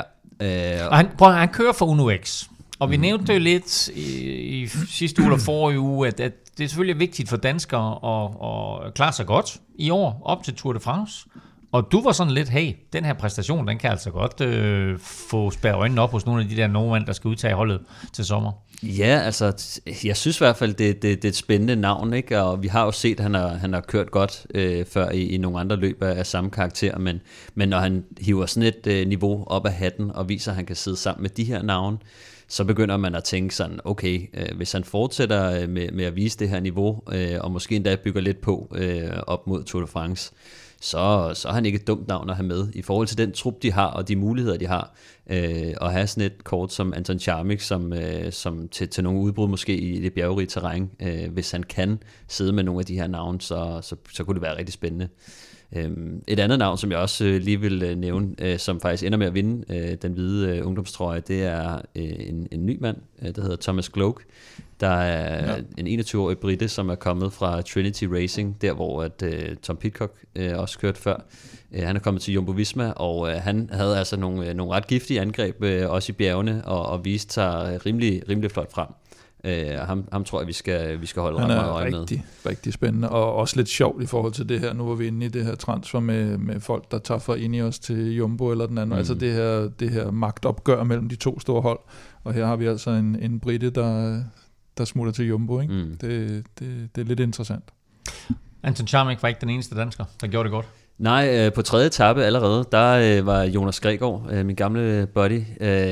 Han kører for Uno X. Og vi nævnte jo lidt i sidste uge eller forrige uge, at det er selvfølgelig vigtigt for danskere at klare sig godt i år op til Tour de France. Og du var sådan lidt, hey, den her præstation, den kan altså godt få spærret øjnene op hos nogle af de der nordmænd, der skal udtage holdet til sommer. Ja, altså, jeg synes i hvert fald, det er et spændende navn, ikke? Og vi har jo set, at han har kørt godt før i nogle andre løb af samme karakter, men når han hiver sådan et niveau op af hatten og viser, at han kan sidde sammen med de her navne, så begynder man at tænke sådan, okay, hvis han fortsætter med at vise det her niveau, og måske endda bygger lidt på op mod Tour de France, så er han ikke et dumt navn at have med, i forhold til den trup, de har, og de muligheder, de har, at have sådan et kort som Anton Charmik, som til nogle udbrud måske i det bjergerige terræn, hvis han kan sidde med nogle af de her navne, så kunne det være rigtig spændende. Et andet navn, som jeg også lige vil nævne, som faktisk ender med at vinde den hvide ungdomstrøje, det er en ny mand, der hedder Thomas Gloak, der er en 21-årig brite, som er kommet fra Trinity Racing, der hvor Tom Pidcock også kørte før. Han er kommet til Jumbo Visma, og han havde altså nogle ret giftige angreb, også i bjergene, og viste sig rimelig flot frem. Ham tror jeg, vi skal holde øje med. Han er rigtig spændende, og også lidt sjovt i forhold til det her. Nu var vi inde i det her transfer med folk, der tager fra Ineos til Jumbo eller den anden. Altså det her magtopgør mellem de to store hold. Og her har vi altså en brite, der smutter til Jumbo. Ikke? Det er lidt interessant. Anton Charmik var ikke den eneste dansker, der gjorde det godt. Nej, på tredje etape allerede, der var Jonas Gregor, min gamle buddy,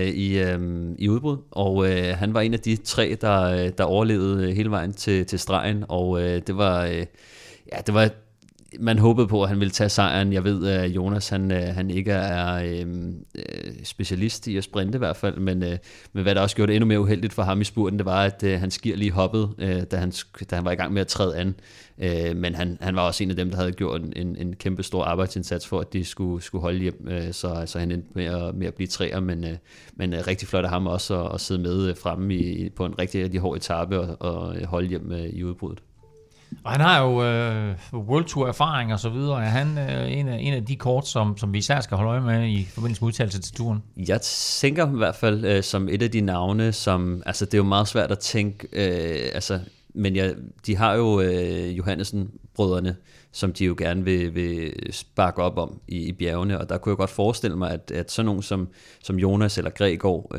i udbrud, og han var en af de 3, der overlevede hele vejen til stregen, og det var man håbede på, at han ville tage sejren. Jeg ved, at Jonas han ikke er specialist i at sprinte i hvert fald, men hvad der også gjorde det endnu mere uheldigt for ham i spurten, det var, at hans gear lige hoppede, da han var i gang med at træde an. Men han var også en af dem, der havde gjort en kæmpe stor arbejdsindsats for, at de skulle holde hjem, så han endte med at blive 3'er, men rigtig flot af ham også at sidde med fremme på en rigtig hård etape og holde hjem i udbruddet. Og han har jo World Tour erfaring og så videre. Er han en af de kort, som vi især skal holde øje med i forbindelse med udtalelse til turen? Jeg tænker i hvert fald som et af de navne, som, altså det er jo meget svært at tænke, men de har jo Johannesen-brødrene, som de jo gerne vil sparke op om i bjergene, og der kunne jeg godt forestille mig, at sådan nogen som Jonas eller Gregor,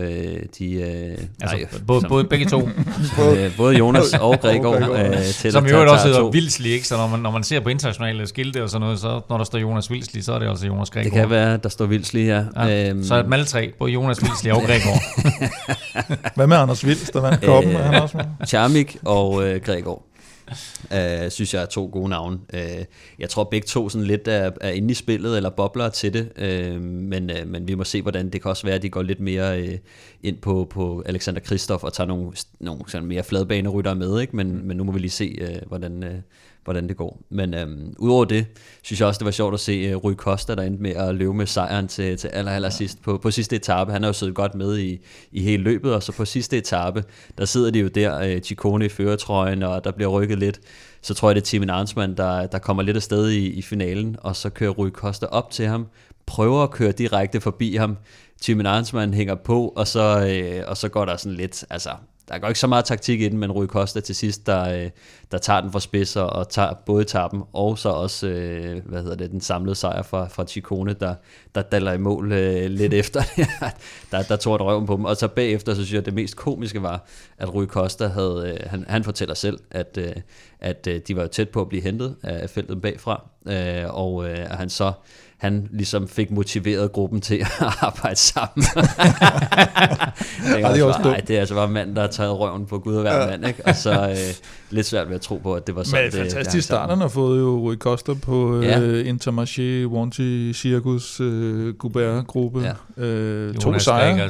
både begge to. Både Jonas og Gregor. Som jo også hedder Vilsli, ikke? Så når man ser på internationale skilte og sådan noget, så når der står Jonas Vilsli, så er det altså Jonas Gregor. Det kan være, der står Vilsli, ja. Så et maltræ, både Jonas Vilsli og Gregor. Hvad med Anders Vils, der vandt koppen? Charmik og Gregor. Synes jeg er 2 gode navne. Jeg tror begge to sådan lidt er inde i spillet eller bobler til det, men vi må se, hvordan det kan også være, at de går lidt mere ind på Alexander Kristoff og tager nogle sådan mere fladbaneryttere med, ikke? Men nu må vi lige se, hvordan det går. Men udover det, synes jeg også, det var sjovt at se Rui Costa, der endte med at løbe med sejren til aller sidst på sidste etape. Han har jo siddet godt med i hele løbet, og så på sidste etape, der sidder de jo der, Ciccone i førertrøjen, og der bliver rykket lidt. Så tror jeg, det er Thymen Arnsman, der kommer lidt afsted i finalen, og så kører Rui Costa op til ham, prøver at køre direkte forbi ham. Thymen Arnsman hænger på, og så går der sådan lidt, altså der går ikke så meget taktik i den, men Rui Costa til sidst, der tager den for spidser og tager både etappen og så også den samlede sejr fra Ciccone, der daller i mål lidt efter. der tog et røven på dem. Og så bagefter, så synes jeg, at det mest komiske var, at Rui Costa han fortæller selv, at de var tæt på at blive hentet af feltet bagfra, og at han ligesom fik motiveret gruppen til at arbejde sammen. Det er altså bare mand, der har taget røven på Gud og hver mand, ikke? Og så lidt svært ved at tro på, at det var sådan. Men fantastisk start, han har fået jo Rui Costa på Intermarché, Wanty Circus, Goubert-gruppe. Ja. 2 sejre.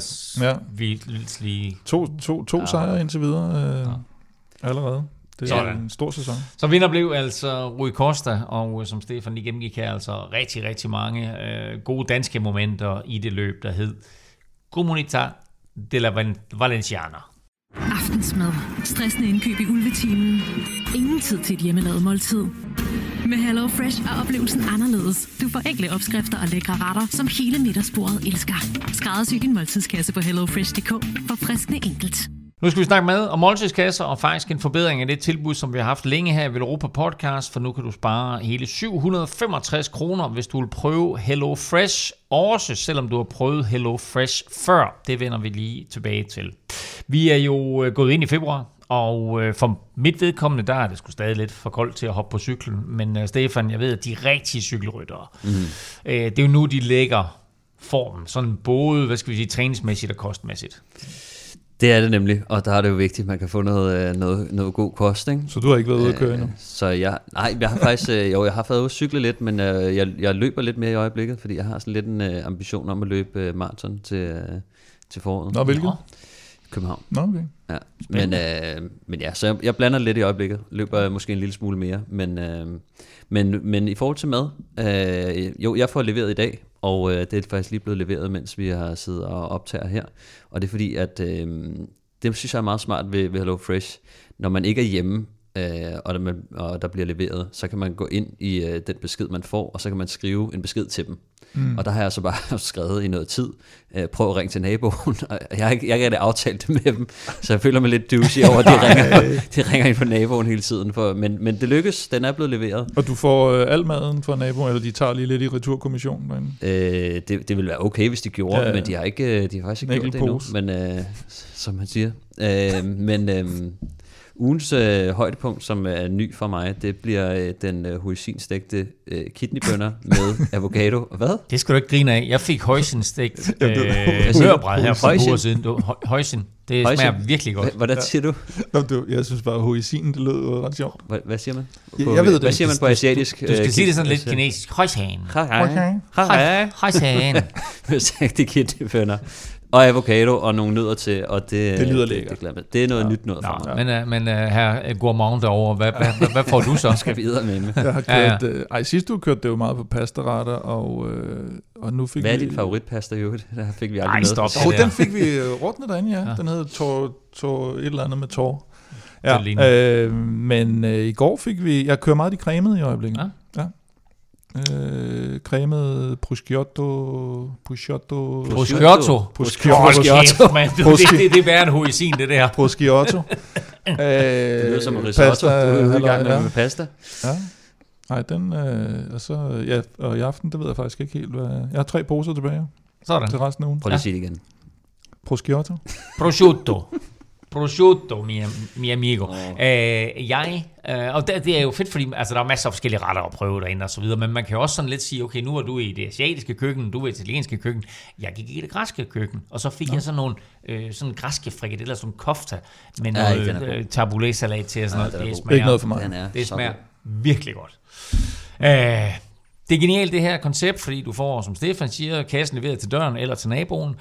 To sejre indtil videre allerede. Det er en stor sæson. Så vinder blev altså Rui Costa, og som Stefan lige gennemgik her, altså rigtig, rigtig mange gode danske momenter i det løb, der hed Comunità de la Valenciana. Aftensmad. Stressende indkøb i ulvetimen. Ingen tid til et hjemmelavet måltid. Med Hello Fresh er oplevelsen anderledes. Du får enkle opskrifter og lækre retter, som hele middagsbordet elsker. Skræddersy din måltidskasse på hellofresh.dk. Forfriskende enkelt. Nu skal vi snakke med om måltidskasser, og faktisk en forbedring af det tilbud, som vi har haft længe her i Velropa Podcast, for nu kan du spare hele 765 kroner, hvis du vil prøve Hello Fresh, også selvom du har prøvet Hello Fresh før. Det vender vi lige tilbage til. Vi er jo gået ind i februar, og for mit vedkommende, der er det sgu stadig lidt for koldt til at hoppe på cyklen, men Stefan, jeg ved, at de rigtige cykelryttere, det er jo nu, de lægger formen, sådan både, træningsmæssigt og kostmæssigt. Det er det nemlig, og der er det jo vigtigt, at man kan få noget god kost, ikke? Så du har ikke været ude at køre endnu? Så jeg har faktisk, jeg har været ude at cykle lidt, men jeg løber lidt mere i øjeblikket, fordi jeg har sådan lidt en ambition om at løbe maraton til foråret. Nå, hvilket? København. Nå, okay. Ja. Men ja, så jeg blander lidt i øjeblikket, løber måske en lille smule mere, men i forhold til mad, jeg får leveret i dag, og det er faktisk lige blevet leveret, mens vi har siddet og optager her, og det er fordi, at det synes jeg er meget smart ved Hello Fresh, når man ikke er hjemme, og der bliver leveret, så kan man gå ind i den besked, man får, og så kan man skrive en besked til dem. Og der har jeg så bare skrevet i noget tid, prøv at ringe til naboen, og jeg har ikke aftalt det med dem, så jeg føler mig lidt douchey over, at de ringer ind på naboen hele tiden, men det lykkes, den er blevet leveret. Og du får al maden fra naboen, eller de tager lige lidt i returkommissionen? Det vil være okay, hvis de gjorde, men de har faktisk ikke gjort det endnu, men som man siger. Ugens højdepunkt, som er ny for mig, det bliver den hoisinstægte kidneybønner med avocado. Hvad? Det skal du ikke grine af. Jeg fik hoisinstægt mørbræd her for et uger siden. Hoisin. Det smager virkelig godt. Hvordan siger du? Jeg synes bare, hoisin, det lød ret sjovt. Hvad siger man? Jeg ved det. Hvad siger man på asiatisk? Du skal sige det sådan lidt kinesisk. Hoisin. Hoisin. Stægte kidneybønner. Og avocado og nogle nødder til, og det lyder lækkert. Det er noget nyt noget for mig. Men her gourmand derovre, hvad får du så? Skal videre med? Jeg har kørt, sidste uge kørte det jo meget på pastaretter, og nu fik Hvad er din favoritpasta i øvrigt? Der fik vi aldrig med. Den fik vi rådnet derinde, ja. Den hedder et eller andet med Tor. Ja, men i går fik vi, jeg kører meget i cremet i øjeblikket. Ja. Cremet prosciutto. Det er værre en hoisin, det der. Prosciutto. Det lyder som en risotto. Du er i gang med pasta. Ja. Nej, den og i aften, det ved jeg faktisk ikke helt, hvad. Jeg har 3 poser tilbage. Sådan. Til resten af ugen. Prøv lige at sige det igen. Prosciutto, mi amigo. Og det er jo fedt, fordi altså, der er masser af forskellige retter at prøve derinde og så videre, men man kan jo også sådan lidt sige, okay, nu er du i det asiatiske køkken, du er i det italienske køkken, jeg gik i det græske køkken, og så fik jeg sådan nogle sådan græske frikadeller, sådan kofta, med noget tabbouleh-salat til og sådan noget. Det smager ikke noget for mig. Det smager virkelig godt. Det er genialt, det her koncept, fordi du får, som Stefan siger, kassen leveret til døren eller til naboen.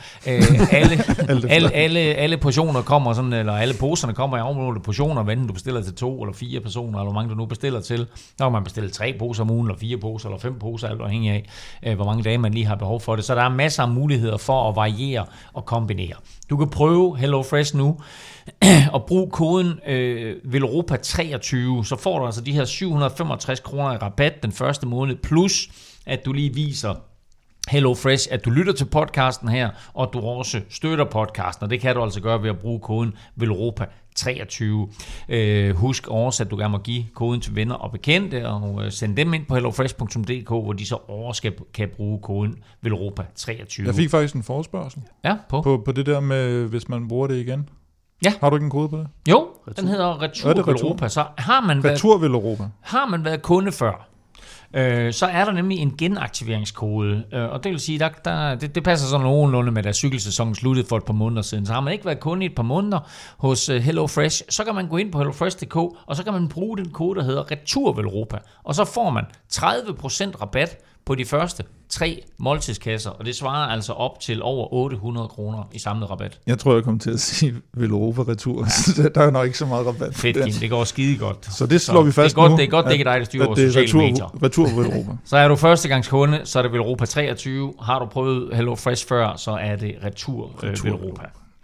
Alle portioner kommer sådan, eller alle poserne kommer i afmålte portioner, hvad du bestiller til 2 eller 4 personer, eller hvor mange du nu bestiller til. Der kan man bestille 3 poser om ugen, eller 4 poser, eller 5 poser, alt afhængig af, hvor mange dage man lige har behov for det. Så der er masser af muligheder for at variere og kombinere. Du kan prøve Hello Fresh nu, og brug koden VELROPA23, så får du altså de her 765 kroner i rabat den første måned, plus at du lige viser Hello Fresh, at du lytter til podcasten her, og du også støtter podcasten, og det kan du altså gøre ved at bruge koden VELROPA23. Husk også, at du gerne må give koden til venner og bekendte, og send dem ind på hellofresh.dk, hvor de så også kan bruge koden VELROPA23. Jeg fik faktisk en forespørgsel på det der med, hvis man bruger det igen. Ja. Har du ikke en kode på det? Jo, den hedder Retur Velropa. Så har man været kunde før, så er der nemlig en genaktiveringskode, og det vil sige, det passer sådan nogenlunde med, at cykelsæsonen sluttede for et par måneder siden. Så har man ikke været kunde i et par måneder hos Hello Fresh, så kan man gå ind på hellofresh.dk, og så kan man bruge den kode, der hedder Retur Velropa, og så får man 30% rabat på de første 3 måltidskasser, og det svarer altså op til over 800 kroner i samlet rabat. Jeg tror, jeg kommer til at sige Velropa Retur. Ja. Der er nok ikke så meget rabat. Fedt, det går skide godt. Så det slår vi fast nu. Det er godt, det ikke er dig, der styrer vores sociale medier. Retur Velropa. Så er du førstegangskunde, så er det Velropa 23. Har du prøvet Hello Fresh før, så er det Retur Velropa.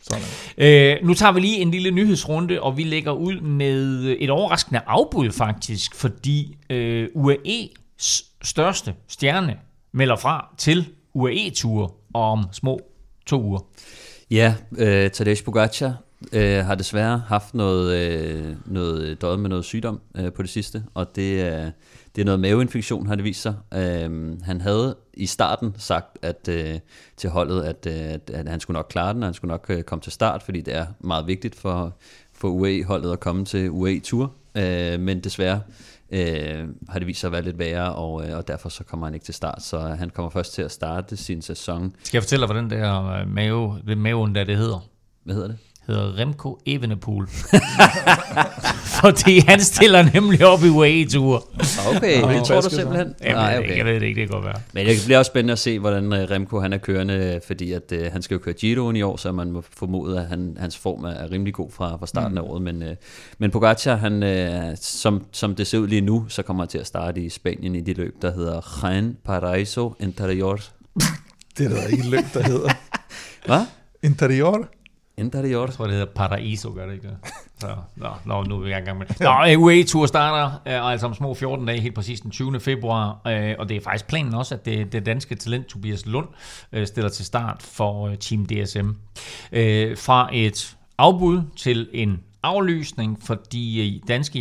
Nu tager vi lige en lille nyhedsrunde, og vi lægger ud med et overraskende afbud faktisk, fordi UAE's største stjerne melder fra til UAE-ture om små 2 uger. Ja, Tadej Pogačar har desværre haft noget døjet med noget sygdom på det sidste, og det er noget maveinfektion, har det vist sig. Han havde i starten sagt til holdet, at han skulle nok klare den, og han skulle nok komme til start, fordi det er meget vigtigt for UAE-holdet at komme til UAE-tur, men desværre har det vist sig at være lidt værre, og derfor så kommer han ikke til start, så han kommer først til at starte sin sæson. Skal jeg fortælle dig, hvordan det her maven der det hedder? Hvad hedder det? Hedder Remco Evenepoel. Fordi han stiller nemlig op i UAE-ture. Okay, det tror du simpelthen? Nej, okay. Jeg ved det ikke, det kan godt være. Men det bliver også spændende at se, hvordan Remco han er kørende, fordi at han skal jo køre Giroen i år, så man må formode, at hans form er rimelig god fra starten af året. Men Pogačar, han, som det ser ud lige nu, så kommer han til at starte i Spanien i de løb, der hedder Jaén Paraíso Interior. Det er der ikke et løb, der hedder. Hvad? Interior? Jeg tror, det hedder Paraíso, gør det ikke det? Så, nu er vi i gang med. UAE-tur starter altså om små 14 dage, helt præcis den 20. februar, og det er faktisk planen også, at det danske talent Tobias Lund stiller til start for Team DSM. Fra et afbud til en aflysning, fordi danske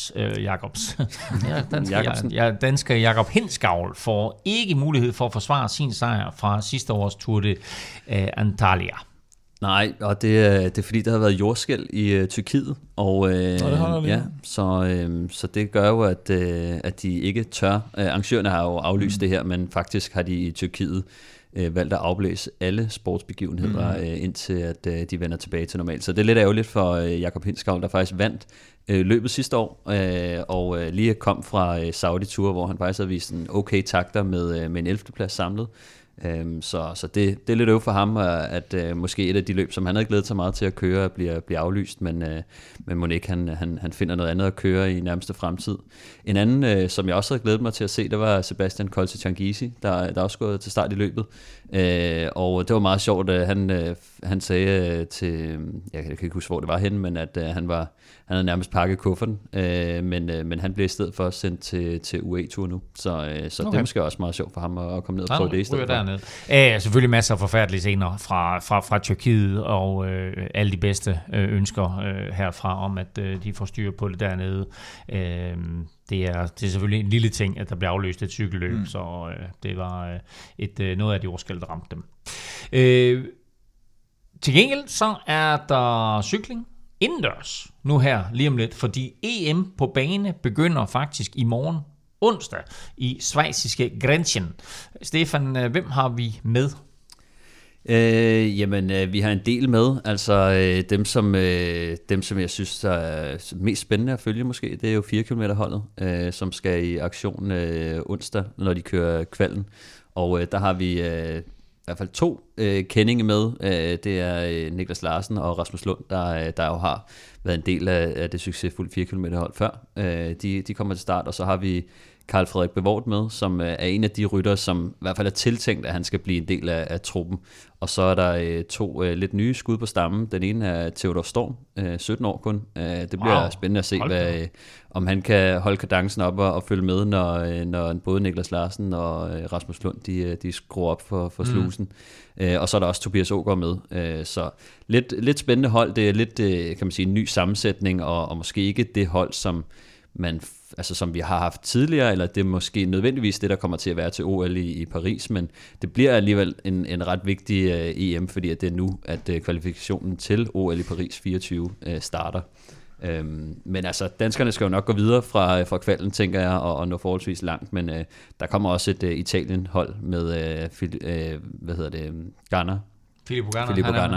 Jakob Hindsgavl får ikke mulighed for at forsvare sin sejr fra sidste års Tour de Antalya. Nej, og det er fordi, der har været jordskælv i Tyrkiet, og så det gør jo, at de ikke tør. Arrangørerne har jo aflyst det her, men faktisk har de i Tyrkiet valgt at afblæse alle sportsbegivenheder, indtil at de vender tilbage til normalt. Så det er lidt ærgerligt for Jakob Hindsgavl, der faktisk vandt løbet sidste år, og lige kom fra Saudi Tour, hvor han faktisk havde vist en okay takter med en 11. plads samlet. Så det er lidt øv for ham, at måske et af de løb, som han havde glædet sig meget til at køre, bliver aflyst, men må ikke han finder noget andet at køre i nærmeste fremtid. En anden, som jeg også havde glædet mig til at se, det var Sebastian Colse-Changizi, der også gået til start i løbet. Og det var meget sjovt, han sagde til, jeg kan ikke huske, hvor det var henne, men at han havde nærmest pakket kufferten, men han blev i stedet for sendt til UAE-tur nu. Så okay. Det er måske også meget sjovt for ham at komme ned og prøve det i stedet for. Selvfølgelig masser af forfærdelige scener fra Tyrkiet, og alle de bedste ønsker herfra om, at de får styr på det dernede. Det er selvfølgelig en lille ting, at der bliver afløst et cykelløb, så det var noget af det jordskælv, der ramte dem. Til gengæld så er der cykling indendørs nu her lige om lidt, fordi EM på bane begynder faktisk i morgen onsdag i schweiziske Grenchen. Stefan, hvem har vi med? Vi har en del med, altså dem som jeg synes er mest spændende at følge måske, det er jo 4 km holdet, som skal i aktion onsdag, når de kører kvalden, og der har vi i hvert fald 2 kendinge med. Det er Niklas Larsen og Rasmus Lund, der jo har været en del af det succesfulde 4 km hold før. De kommer til start, og så har vi Carl Frederik Bevort med, som er en af de ryttere, som i hvert fald er tiltænkt, at han skal blive en del af truppen. Og så er der 2 lidt nye skud på stammen. Den ene er Theodor Storm, 17 år kun. Det bliver spændende at se, om han kan holde kadencen op og følge med, når både Niklas Larsen og Rasmus Lund de skruer op for slusen. Og så er der også Tobias Aagaard med. Så lidt spændende hold. Det er lidt, kan man sige, en ny sammensætning, og måske ikke det hold, som vi har haft tidligere, eller det er måske nødvendigvis det, der kommer til at være til OL i Paris, men det bliver alligevel en ret vigtig EM, fordi at det er nu, at kvalifikationen til OL i Paris 24 starter. Men altså, danskerne skal jo nok gå videre fra kvalden, tænker jeg, og nå forholdsvis langt, men der kommer også et Italien-hold med, Ganna. Filippo Ganna,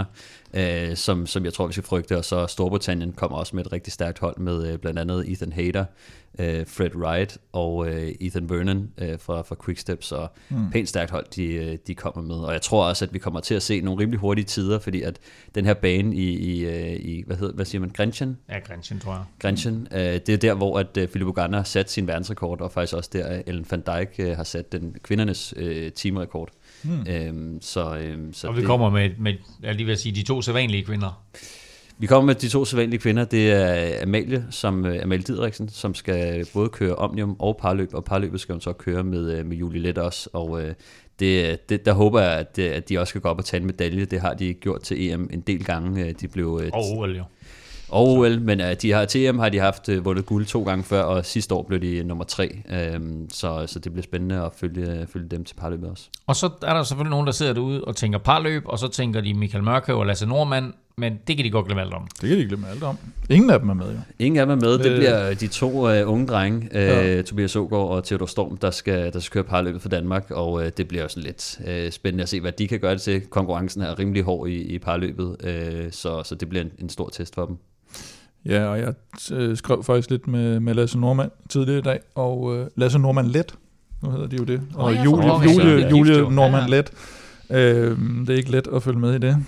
som jeg tror, vi skal frygte, og så Storbritannien kommer også med et rigtig stærkt hold med blandt andet Ethan Hayter, Fred Wright og Ethan Vernon fra Quickstep, så pænt stærkt hold, de kommer med. Og jeg tror også, at vi kommer til at se nogle rimelig hurtige tider, fordi at den her bane i hvad siger man, Grenchen? Ja, Grenchen, tror jeg. Grenchen, det er der, hvor at Filippo Ganna har sat sin verdensrekord, og faktisk også der, Ellen van Dijk har sat den kvindernes teamrekord. Og vi kommer med, jeg lige vil sige, de 2 sædvanlige kvinder. Vi kommer med de 2 sædvanlige kvinder. Det er Amalie Didriksen, som skal både køre omnium og parløb, og parløbet skal hun så køre med Julie Leth også, og der håber jeg, at de også skal gå op og tage en medalje. Det har de gjort til EM en del gange. De blev og OL jo. Og OL, men til EM har de haft vundet guld 2 gange før, og sidste år blev de nummer 3. Så det bliver spændende at følge dem til parløbet også. Og så er der selvfølgelig nogen, der sidder derude og tænker parløb, og så tænker de Michael Mørkøv og Lasse Nordmand, men det kan de godt glemme alt om. Det kan de glemme alt om. Ingen af dem er med, jo. Ingen af dem er med. Det bliver de 2 unge drenge, Tobias Aagaard og Theodor Storm, der skal køre parløbet for Danmark, og det bliver også lidt spændende at se, hvad de kan gøre det til. Konkurrencen er rimelig hård i parløbet, så det bliver en stor test for dem. Ja, og jeg skrev faktisk lidt med Lasse Nordmand tidligere i dag, og Lasse Nordmand Let, nu hedder de jo det, og Julie Nordmand Let. Det er ikke let at følge med i det.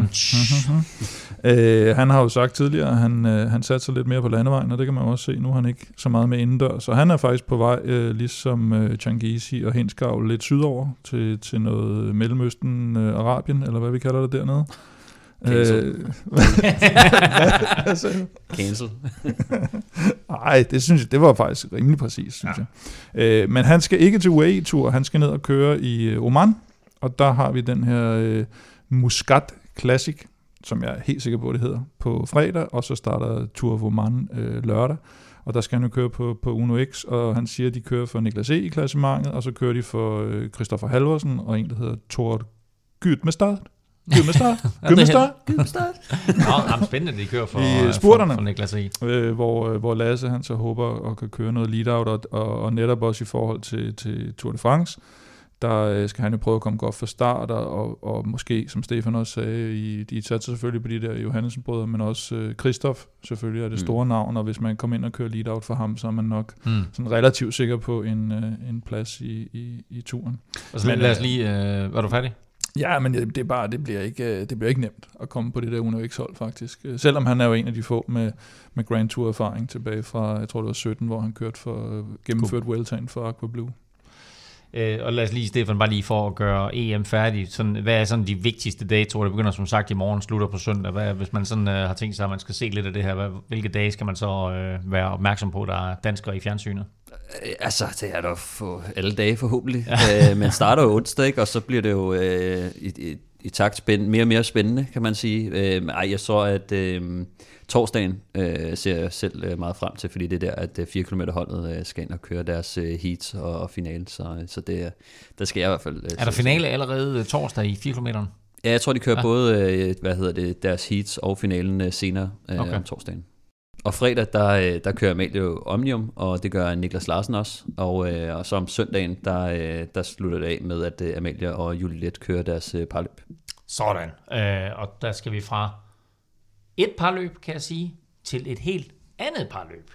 Han har jo sagt tidligere, at han satte sig lidt mere på landevejen, og det kan man også se. Nu er han ikke så meget med indendør, så han er faktisk på vej, ligesom Changizi og Hinskav, lidt sydover til noget Mellemøsten, Arabien, eller hvad vi kalder det dernede. Cancel. Nej, det synes jeg, det var faktisk rimelig præcis, synes jeg. Men han skal ikke til UAE-tur, han skal ned og køre i Oman, og der har vi den her Muscat Classic, som jeg er helt sikker på, det hedder, på fredag, og så starter Tour of Oman lørdag, og der skal han jo køre på Uno X, og han siger, at de kører for Niklas E. i klassementet, og så kører de for Christoffer Halvorsen, og en, der hedder Tord Gydmestad. Gydmestad. Nå, spændende, de kører for Niklas E. Hvor Lasse, han så håber at kan køre noget lead-out, og netop også i forhold til Tour de France, der skal han jo prøve at komme godt fra start, og måske, som Stefan også sagde, de satser selvfølgelig på de der Johannesen-brødre, men også Christoph selvfølgelig er det store navn, og hvis man kommer ind og kører lead-out for ham, så er man nok sådan relativt sikker på en plads i turen. Og så lad os lige, var du færdig? Ja, men det bliver ikke nemt at komme på det der Uno X-hold faktisk. Selvom han er jo en af de få med Grand Tour erfaring tilbage fra, jeg tror det var 17, hvor han kørte gennemført Vueltaen for Aqua Blue. Og lad os lige, Stefan, bare lige for at gøre EM færdig. Sådan, hvad er sådan de vigtigste datoer? Det begynder som sagt i morgen, slutter på søndag. Hvis man sådan har tænkt sig, at man skal se lidt af det her, hvilke dage skal man så være opmærksom på, der er danskere i fjernsynet? Altså, det er der for alle dage forhåbentlig. Men starter jo onsdag, ikke? Og så bliver det jo i takt mere og mere spændende, kan man sige. Jeg så, at torsdagen ser jeg selv meget frem til, fordi det er der, at 4 km holdet skal ind og køre deres heats og finale. Så der skal jeg i hvert fald... Er der finale allerede torsdag i 4 km? Ja, jeg tror, de kører både deres heats og finalen senere om torsdagen. Og fredag, der kører Amalie jo Omnium, og det gør Niklas Larsen også. Og så om søndagen, der slutter det af med, at Amalie og Julie Leth kører deres parløb. Sådan. Og der skal vi fra et parløb, kan jeg sige, til et helt andet parløb.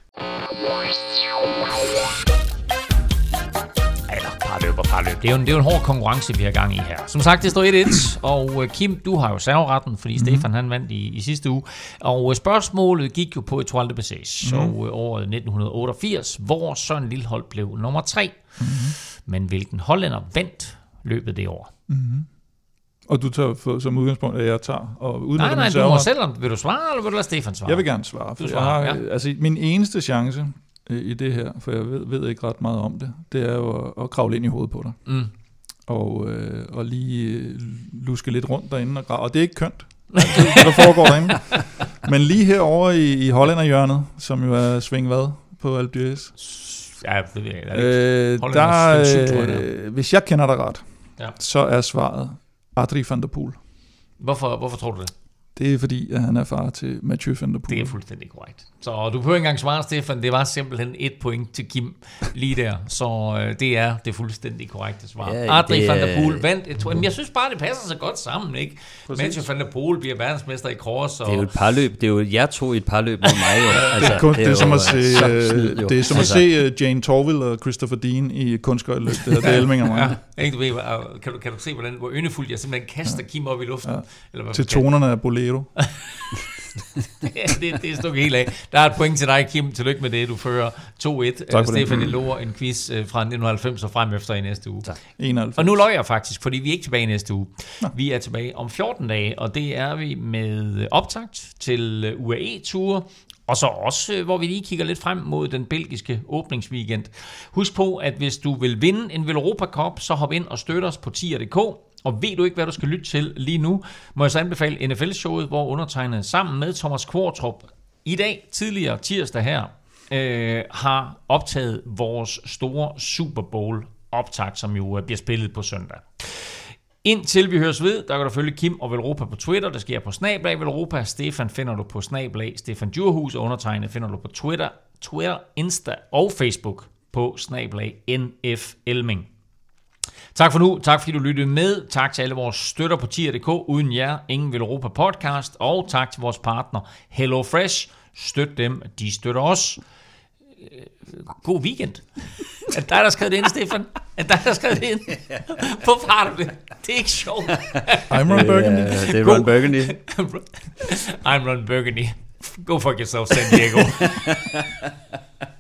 Parløb. Det er jo en hård konkurrence, vi har gang i her. Som sagt, det står 1-1, og Kim, du har jo serveretten, fordi Stefan han vandt i sidste uge. Og spørgsmålet gik jo på Etoile de Bessèges, så året 1988, hvor Søren Lilholt blev nummer 3. Men hvilken hollænder vandt løbet det år? Og du tager som udgangspunkt, at jeg tager og udnytter Nej, du må selv. Vil du svare, eller vil du lade Stefan svare? Jeg vil gerne svare. For jeg har, altså, min eneste chance i det her, for jeg ved ikke ret meget om det, det er jo at kravle ind i hovedet på dig. Og lige luske lidt rundt derinde og grave. Og det er ikke kønt, hvad der foregår derinde. Men lige herovre i hollænderhjørnet, som jo er svingvad på Alpe d'Huez. Ja, det ved jeg. Hvis jeg kender dig ret, så er svaret Adrie van der Poel. Hvorfor tror du det? Det er fordi, at han er far til Mathieu van der Poel. Det er fuldstændig korrekt. Så du behøver ikke engang svare, Stefan. Det var simpelthen 1 point til Kim lige der. Så det er det fuldstændig korrekte svar. Ja, Adrie van der Poel vandt. Men jeg synes bare, det passer så godt sammen, ikke? Mathieu van der Poel bliver verdensmester i cross. Og... Det er jo et parløb. Det er jo jer to i et parløb mod mig. Jo. Altså, det er som at se, det er som at se Jane Torvill og Christopher Dean i kunstskøjteløb. Det er Elming og mig. Ja, du ved, kan du se, hvor ynefuldt jeg simpelthen kaster Kim op i luften? Ja. Eller til tonerne af Bolero. Ja, det er stukket helt af. Der er et point til dig, Kim. Tillykke med det. Du fører 2-1. Stefan lover en quiz fra 1990 og frem efter i næste uge. 91. Og nu løjer jeg faktisk, fordi vi er ikke tilbage i næste uge. Nå. Vi er tilbage om 14 dage, og det er vi med optakt til UAE-ture. Og så også, hvor vi lige kigger lidt frem mod den belgiske åbningsweekend. Husk på, at hvis du vil vinde en Veloropa Cup, så hop ind og støt os på tier.dk. Og ved du ikke, hvad du skal lytte til lige nu, må jeg så anbefale NFL-showet, hvor undertegnet sammen med Thomas Kvartrup i dag, tidligere tirsdag her, har optaget vores store Super Bowl-optag, som jo bliver spillet på søndag. Indtil vi høres ved, der kan du følge Kim og Veloropa på Twitter. Det sker på @Veloropa. Stefan finder du på @Stefan Djurhus, og undertegnet finder du på Twitter, Insta og Facebook på @NF Elming. Tak for nu. Tak fordi du lyttede med. Tak til alle vores støtter på tier.dk. Uden jer, ingen Veloropa podcast. Og tak til vores partner HelloFresh. Støt dem, de støtter os. God weekend. Er det dig, der skrev det ind, Stefan? Er det dig, der skrev det ind? Hvorfor har du det? Det er ikke sjovt. I'm Ron Burgundy. Det er Ron Burgundy. I'm Ron Burgundy. Go fuck yourself, San Diego.